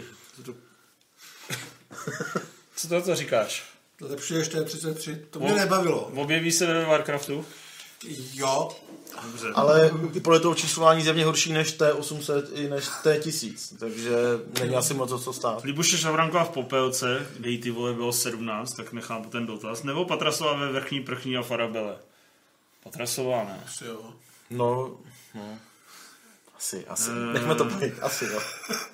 Co to říkáš? Lepší ještě T-33, to mě nebavilo. Objeví se ve Warcraftu? Jo. Dobře. Ale i podle toho číslování zjevně horší než T800 i než T1000, takže není asi moc co stát. Libuše Šavranková v Popelce, kde jí ty vole bylo 17, tak nechám ten dotaz. Nebo Patrasová ve Vrchní prchní a Farabele? Patrasová ne. Asi jo. No. Asi. Nechme to být, asi jo.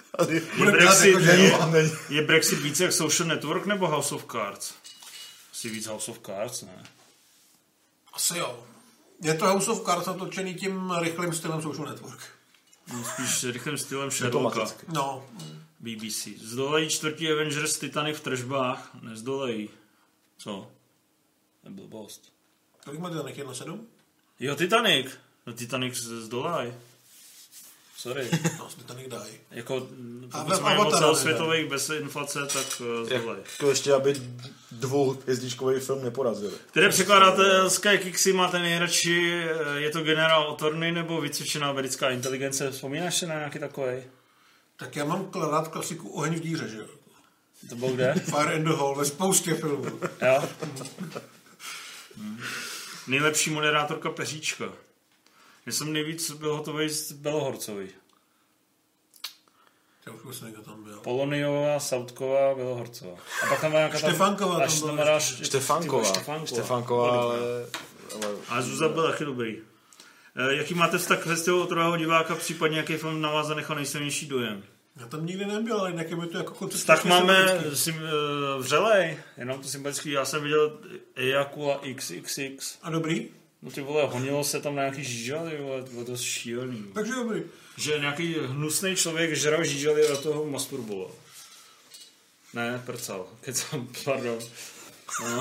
Je Brexit více jak Social Network nebo House of Cards? Asi víc House of Cards, ne? Asi jo. Je to House of Cards natočený tím rychlým stylem Social Network. No, spíš rychlým stylem Sherlocka. No. BBC. Zdolejí 4. Avengers Titanic v tržbách? Nezdolejí. Co? Nebyl bost. Kolik má Titanic? 1,7? Jo, Titanic. No Titanic zdolaj. Sorry. No, Titanic dají. Jako, pokud jsme o celosvětových bez inflace, tak zdolaj. Jako ještě, aby 2hvězdičkový film neporazili. Které překladatelské kiksy máte nejradši? Je to Generál Otorny nebo vycvičená americká inteligence? Vzpomínáš se na nějaký takovej? Tak já mám rád klasiku Oheň v díře, že jo? To bylo kde? Fire in the Hole, ve spoustě filmů. Jo. Nejlepší moderátorka Peříčka. Já jsem nejvíc byl hotový s Belohorcovi. Já už myslím, kdo tam byl. Poloniová, Sautková, Belohorcová. A pak tam má nějaká Štefánková tam byla. Štefánková, ale Zuzа byl taky dobrý. Jaký máte vztah k festivalu otrvého diváka, případně jaký film na vás zanechal nejsilnější dojem? Já tam nikdy nebyl, ale jinak je mi to jako koncept. Tak máme vřelej, jenom to symbolický. Já jsem viděl Ejakula XXX. A dobrý? No ty vole, honilo se tam na nějaký žížaly, vole, to bylo dost šílený. Takže dobrý. Že nějaký hnusný člověk žral žížaly a do toho masturboval. Ne, prcal. Kecám, pardon. No.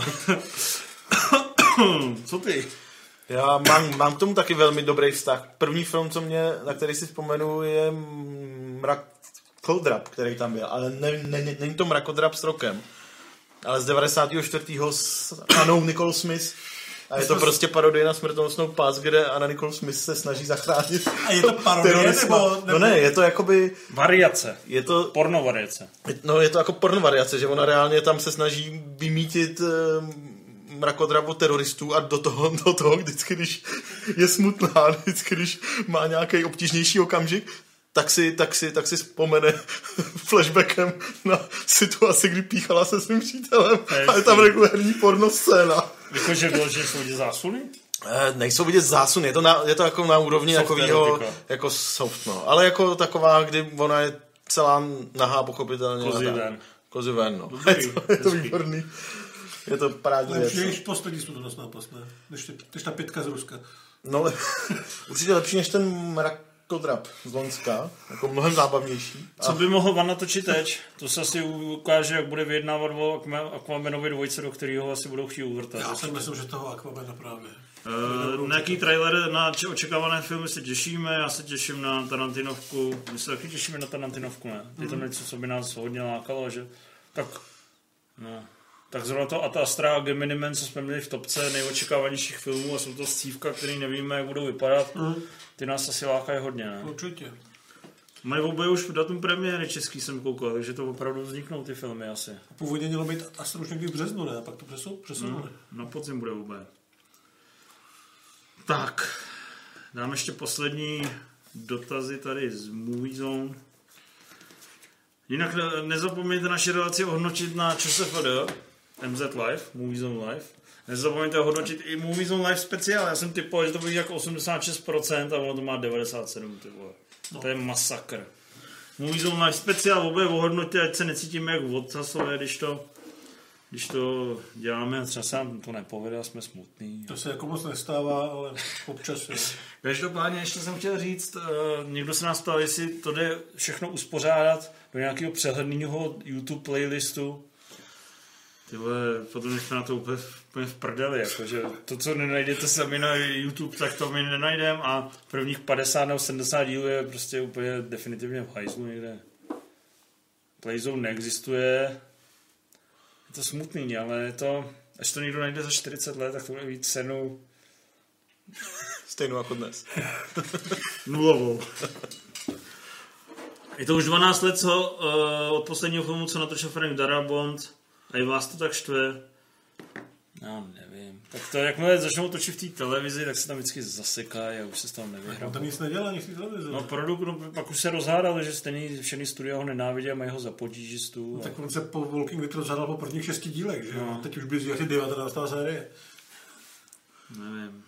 Co ty? Já mám k tomu taky velmi dobrý vztah. První film, na který si vzpomenu, je Mrakodrap, který tam byl. Ale není to Mrakodrap s rokem. Ale z 94. s Annou Nicole Smith. A je to prostě parodie na Smrtonosnou pás, kde Anna Nicole Smith se snaží zachránit. A je to parodie nebo... No ne, je to jakoby... Variace. Je to... Pornovariace. No je to jako pornovariace, že ona reálně tam se snaží vymítit mrakodrapu teroristů a do toho vždycky, když je smutná, vždycky, když má nějaký obtížnější okamžik, tak si vzpomene flashbackem na situaci, kdy píchala se svým přítelem a je tam regulární porno scéna. Jakože jsou vidět zásuny? Nejsou vidět zásuny, je to jako na úrovni takového jako soft, no. Ale jako taková, kdy ona je celá nahá, pochopitelně. Kozy ven, no. Dobrý, je to výborný. Je to parádní věc. Lepší než poslední smrtonosná nápas, ne? Než ta 5 z Ruska. No, určitě lepší než ten mrakodrap z Loňska. Jako mnohem zábavnější. Co by mohl Van natočit teď? To se asi ukáže, jak bude vyjednávat o Aquamanovi 2, do kterého asi budou chtít uvrtat. Já si myslím, že toho Aquamana právě. Na jaký trailer, na očekávané filmy se těšíme, já se těším na Tarantinovku, my se taky těšíme na Tarantinovku, ne? Je to něco, co by nás hodně lákalo, že? Tak zrovna to Ad Astra a Gemini Man, co jsme měli v topce nejočekávanějších filmů a jsou to scívka, který nevíme, jak budou vypadat, ty nás asi lákají hodně, ne? Určitě. Mají oboje už datum premiéry český jsem koukal, takže to opravdu vzniknou ty filmy asi. Původně mělo být Astra už někdy v březnu, ne? A pak to přesunuli. Na podzim bude oboje. Tak, dám ještě poslední dotazy tady z Movie Zone. Jinak nezapomeňte naši relaci ohodnotit na ČSFD, MZ Live, Movie Zone Live. Nezapomeňte ohodnotit i Movie Zone Live speciál. Já jsem typoval, že to bude jako 86% a ono to má 97%. No. To je masakr. Movie Zone Live speciál obě ohodnotit, ať se necítíme jak odsasové, když to děláme a třeba se nám to nepovede a jsme smutný. To se jako moc nestává, ale občas je. Každopádně ještě jsem chtěl říct, někdo se nás ptal, jestli to jde všechno uspořádat do nějakého přehledného YouTube playlistu. Tyhle, potom jsme na to úplně v prdeli, jakože to, co nenajdete sami na YouTube, tak to my nenajdeme a prvních 50 nebo 70 dílů je prostě úplně definitivně v hajzlu někde. Playzone neexistuje. Je to smutný, ale je to, až to někdo najde za 40 let, tak to bude víc cenu. Stejnou jako dnes. Nulovou. Je to už 12 let, co od posledního filmu, co natočil Frank Darabont, a i vás to tak štve. Já nevím. Tak to, jakmile začnou točit v té televizi, tak se tam vždycky zasekají a už se z toho nevyhrál. To nic nedělá, nic v té televizi. No pak už se rozhádali, že stejný všechny studia ho nenávidí a mají ho za potížistu. No, tak on se po Walking Dead rozhádal po prvních 6 dílech, že jo? Teď už běží asi 19. série. Nevím.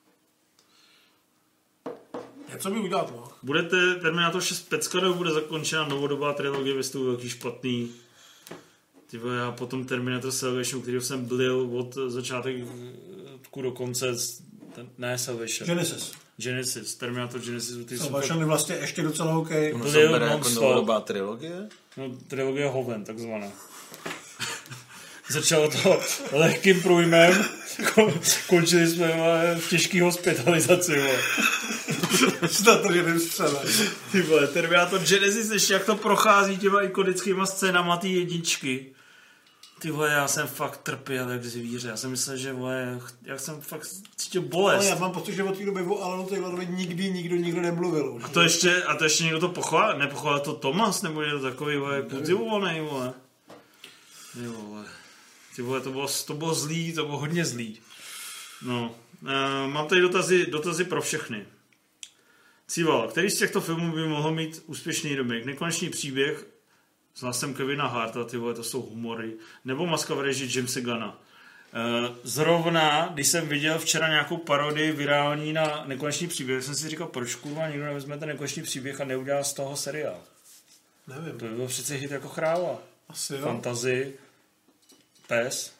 Co by udělat, no? Budete Terminator 6 pecka, nebo bude zakončena novodobá trilogie ve stylu velký špatný? Tyvo, já potom Terminator Salvation, který jsem blil od začátku do konce, ne Salvation. Genesis, Terminator Genesis. Salvation je vlastně ještě docela OK. Ono se bere jako novodobá trilogie? No, trilogie Hoven, takzvaná. Začalo to lehkým průjmem, končili jsme v těžký hospitalizaci. Snad to, že nevstřele. Ty vole, Terminator Genesis ještě jak to prochází těma ikonickýma scénama ty jedničky. Ty vole, já jsem fakt trpěl jak zvíře. Já jsem myslel, že vole, jak jsem fakt cítil bolest. Ale já mám pocit, že od té doby o Alanu Taylorovi nikdo nemluvil. Už. A to ještě někdo to pochválil? Nepochválil to Thomas? Nebo je to takový vole, kultivovaný, vole? Ty vole. Ty vole, to bylo zlý, to bylo hodně zlý. No, mám tady dotazy pro všechny. Cíval, který z těchto filmů by mohl mít úspěšný remake? Nekonečný příběh s hlasem Kevina Harta, ty vole, to jsou humory. Nebo Maska v režii Jamesa Gunna. Zrovna, když jsem viděl včera nějakou parodii virální na Nekonečný příběh, jsem si říkal, proč kurva nikdo nevezme ten Nekonečný příběh a neudělá z toho seriál? Nevím. To by bylo přece hit jako chráva. Asi jo. Fantasy, pes,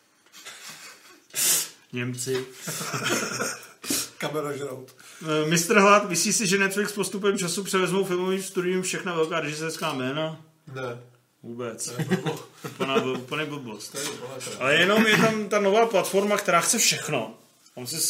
Němci. Kamera žrout. Mr. Hlad, myslíš si, že Netflix postupem času převezmou filmovým studiím všechna velká režisérská jména? Ne. Vůbec. Úplný blbost. Ale jenom je tam ta nová platforma, která chce všechno. Tam se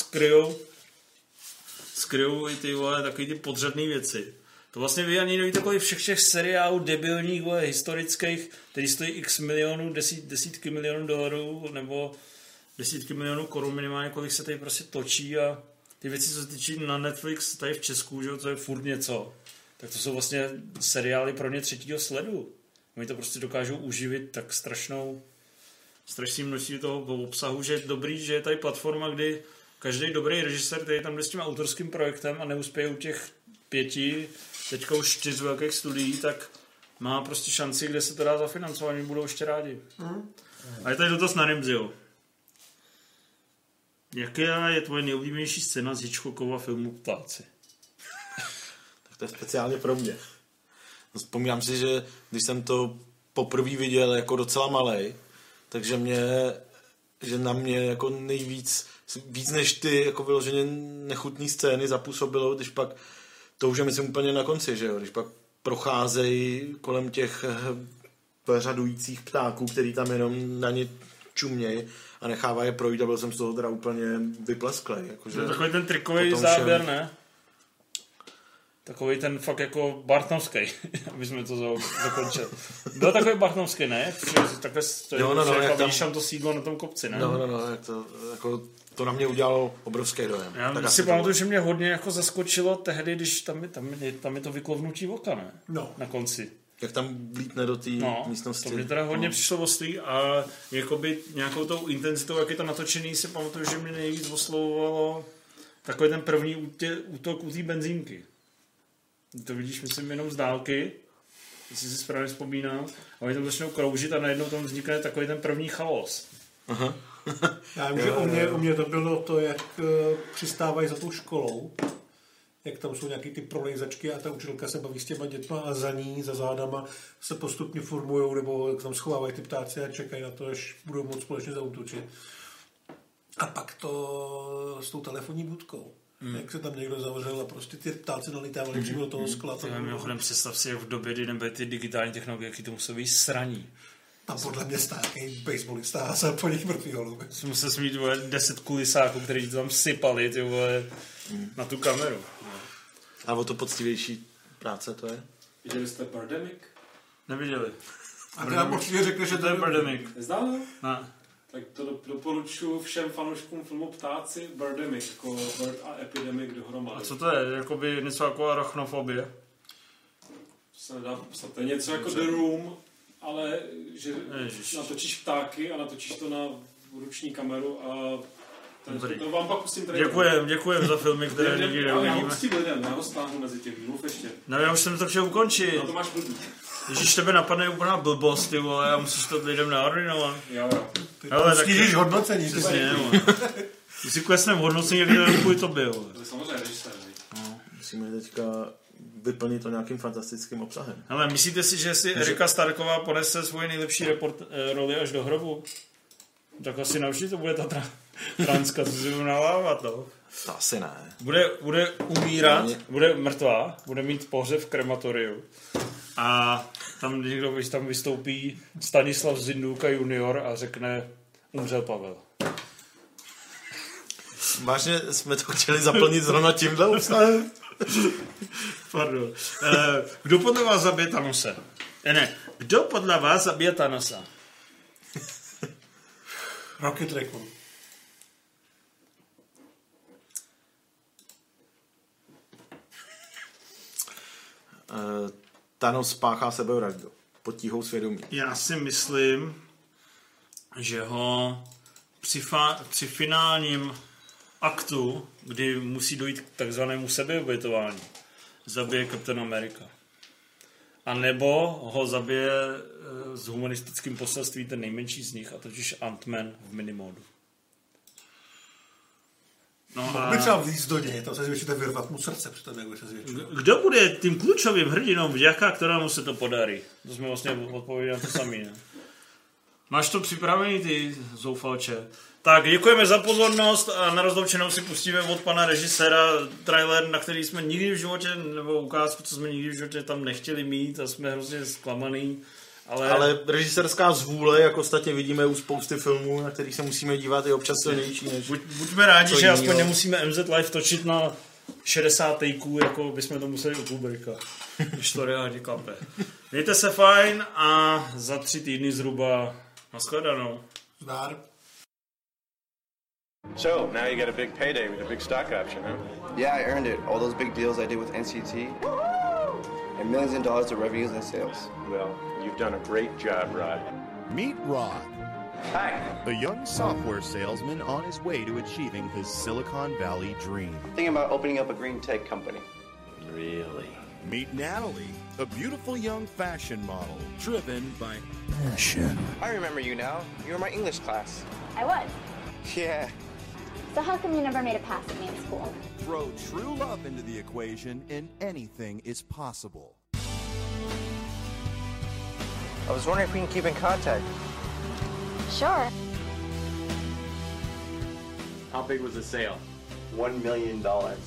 skryjou i ty vole, takový ty podřadný věci. To vlastně vy ani nevíte, kolik všech seriálů debilních, vole, historických, který stojí x milionů, desítky milionů dolarů, nebo desítky milionů korun minimálně, kolik se tady prostě točí a ty věci, co se týčí na Netflix tady v Česku, že to je furt něco, tak to jsou vlastně seriály pro ně třetího sledu. Oni to prostě dokážou uživit tak strašný množství toho obsahu, že je dobrý, že je tady platforma, kdy každý dobrý režisér, který tam jde s tím autorským projektem a neuspěje u těch 5, teďka už 4 velkých studií, tak má prostě šanci, kde se to dá zafinancovat, oni budou ještě rádi. A je tady dotaz na Rimzio. Jaká je tvoje nejoblíbenější scéna z Hitchcockova filmu Ptáci? Tak to je speciálně pro mě. Vzpomínám si, že když jsem to poprvé viděl jako docela malej, takže že na mě jako nejvíc, víc než ty jako vyloženě nechutný scény zapůsobilo, když pak, to už je myslím úplně na konci, že jo, když pak procházejí kolem těch řadujících ptáků, který tam jenom na ně čumějí a nechává je projít a byl jsem z toho teda úplně vyplesklej. Jakože takový ten trikový záběr, ne? Takový ten fakt jako bartnovský, aby jsme to dokončili. Byl takový bartnovský, ne? Takhle stojí, jak vidíš tam to sídlo na tom kopci, ne? No, to na mě udělalo obrovský dojem. Já si pamatuju, že mě hodně jako zaskočilo tehdy, když tam je to vyklovnutí oka, ne? No. Na konci. Jak tam vlítne do té místnosti. To mě teda hodně přišlo ostrý a jakoby nějakou tou intenzitou, jak je to natočený, si pamatuju, že mě nejvíc oslovovalo takový ten první útok u té benzínky. To vidíš, myslím, jenom z dálky, jestli si správně vzpomínám, a oni tam začnou kroužit a najednou tam vznikne takový ten první chaos. Aha. Já vím, že u mě to bylo to, jak přistávají za tou školou, jak tam jsou nějaký ty prolejzačky a ta učitelka se baví s těma dětma a za ní, za zádama se postupně formujou, nebo jak tam schovávají ty ptáci a čekají na to, až budou moct společně zaútočit. A pak to s tou telefonní budkou. Jak se tam někdo zavřel a prostě ty ptáci nalítávali přímo do toho skla. Mimochodem představ si, jak v době, kdy nebyly ty digitální technologie, jaký to muselo být sraní. Tam podle mě nějaký baseballista a se po nich mrtvý holuby. Musel jsem mít 10 kulisáků, kteří to tam sypali na tu kameru. A o to poctivější práce to je? Viděli jste Birdemic? Neviděli. A ty nám určitě řekli, že to je Birdemic. Nezdále? Ne. Tak to doporučuji všem fanouškům filmu Ptáci, Birdemic, jako Bird a Epidemic dohromady. A co to je? Jakoby něco jako arachnofobie? To se nedá popsat. To je něco jako The Room, ale že natočíš ptáky a natočíš to na ruční kameru a to vám pak pustím tady. Děkujem za filmy, které nikdy neuvidíme. Já ho pustím lidem, já ho stáhnu mezi těch mluv ještě. No já už jsem to chtěl ukončit. No to máš blbý. Ježíš, tebe napadne úplná blbost, ty vole, a musíš to lidem naordinovat. Jo. Ty stížíš hodnocení. Přesně, Když si klesnem hodnocení, jak to kvůli tobě, vole. To je samozřejmě režisér. Musíme teďka vyplnit to nějakým fantastickým obsahem. Ale myslíte si, že si Erika Starková ponese svoji nejlepší roli až do hrobu? Tak asi navždy to bude ta transka, co si budu nalávat, no. To asi ne. Bude umírat, bude mrtvá, bude mít pohřeb v krematoriu. A tam někdo tam vystoupí Stanislav Zindulka junior a řekne, umřel Pavel. Vážně jsme to chtěli zaplnit zrovna tímhle obsahem? Pardon. Kdo podle vás zabije Thanose? Kdo podle vás zabije Thanosa? Rocket Raccoon. Thanos spáchá sebevraždu pod tíhou svědomí. Já si myslím, že ho při finálním aktu, kdy musí dojít k takzvanému sebeobětování, zabije Captain America. A nebo ho zabije s humanistickým poselstvím ten nejmenší z nich, a totiž Ant-Man v minimodu. Mohl by třeba víc do něj, tam se zvětšíte vyrvat mu srdce při tom, jak by se zvětšil. Kdo bude tím klíčovým hrdinou vďaka, kterému se to podarí? To jsme vlastně odpověděli na to samý, ne? Máš to připravený, ty zoufalče? Tak, děkujeme za pozornost a na rozloučenou si pustíme od pana režiséra trailer, na který jsme nikdy v životě, nebo ukázku, co jsme nikdy v životě tam nechtěli mít a jsme hrozně zklamaný. Ale režisérská zvůle, jak ostatně vidíme u spousty filmů, na kterých se musíme dívat, je občas silnější než... Buďme rádi, že aspoň nemusíme MZ Live točit na 60 takeů, jako bychom to museli u Kubricka. Když to reálně klape. Mějte se fajn a za 3 týdny zhruba nashledanou. Zdar. So, now you got a big payday with a big stock option, huh? Yeah, I earned it. All those big deals I did with NCT. And millions of dollars of revenues and sales. Well, you've done a great job, Rod. Meet Rod. Hi. A young software salesman on his way to achieving his Silicon Valley dream. Thinking about opening up a green tech company. Really? Meet Natalie, a beautiful young fashion model driven by passion. I remember you now. You were in my English class. I was. Yeah. So how come you never made a pass at me in school? Throw true love into the equation and anything is possible. I was wondering if we can keep in contact. Sure. How big was the sale? $1 million.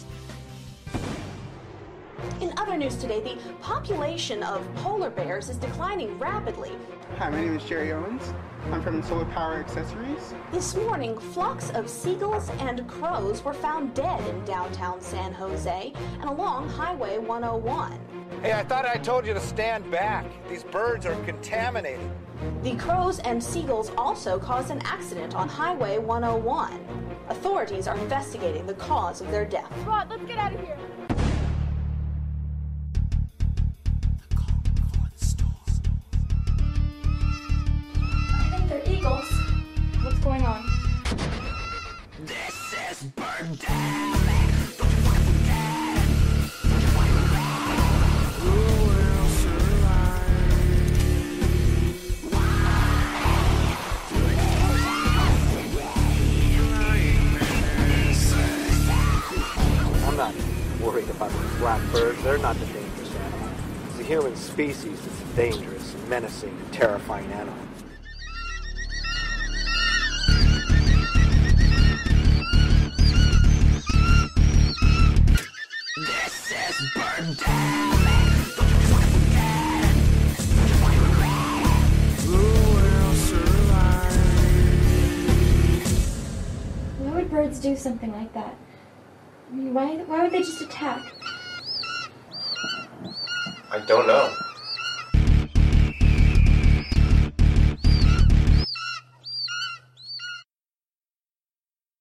In other news today, the population of polar bears is declining rapidly. Hi, my name is Jerry Owens. I'm from Solar Power Accessories. This morning, flocks of seagulls and crows were found dead in downtown San Jose and along Highway 101. Hey, I thought I told you to stand back. These birds are contaminated. The crows and seagulls also caused an accident on Highway 101. Authorities are investigating the cause of their death. Rod, let's get out of here. They're eagles. What's going on? This is Birdemic. I'm not worried about the blackbirds. They're not the dangerous animal. It's the human species that's the dangerous, menacing, and terrifying animal. This is Birdemic. Why would birds do something like that? I mean, why would they just attack? I don't know.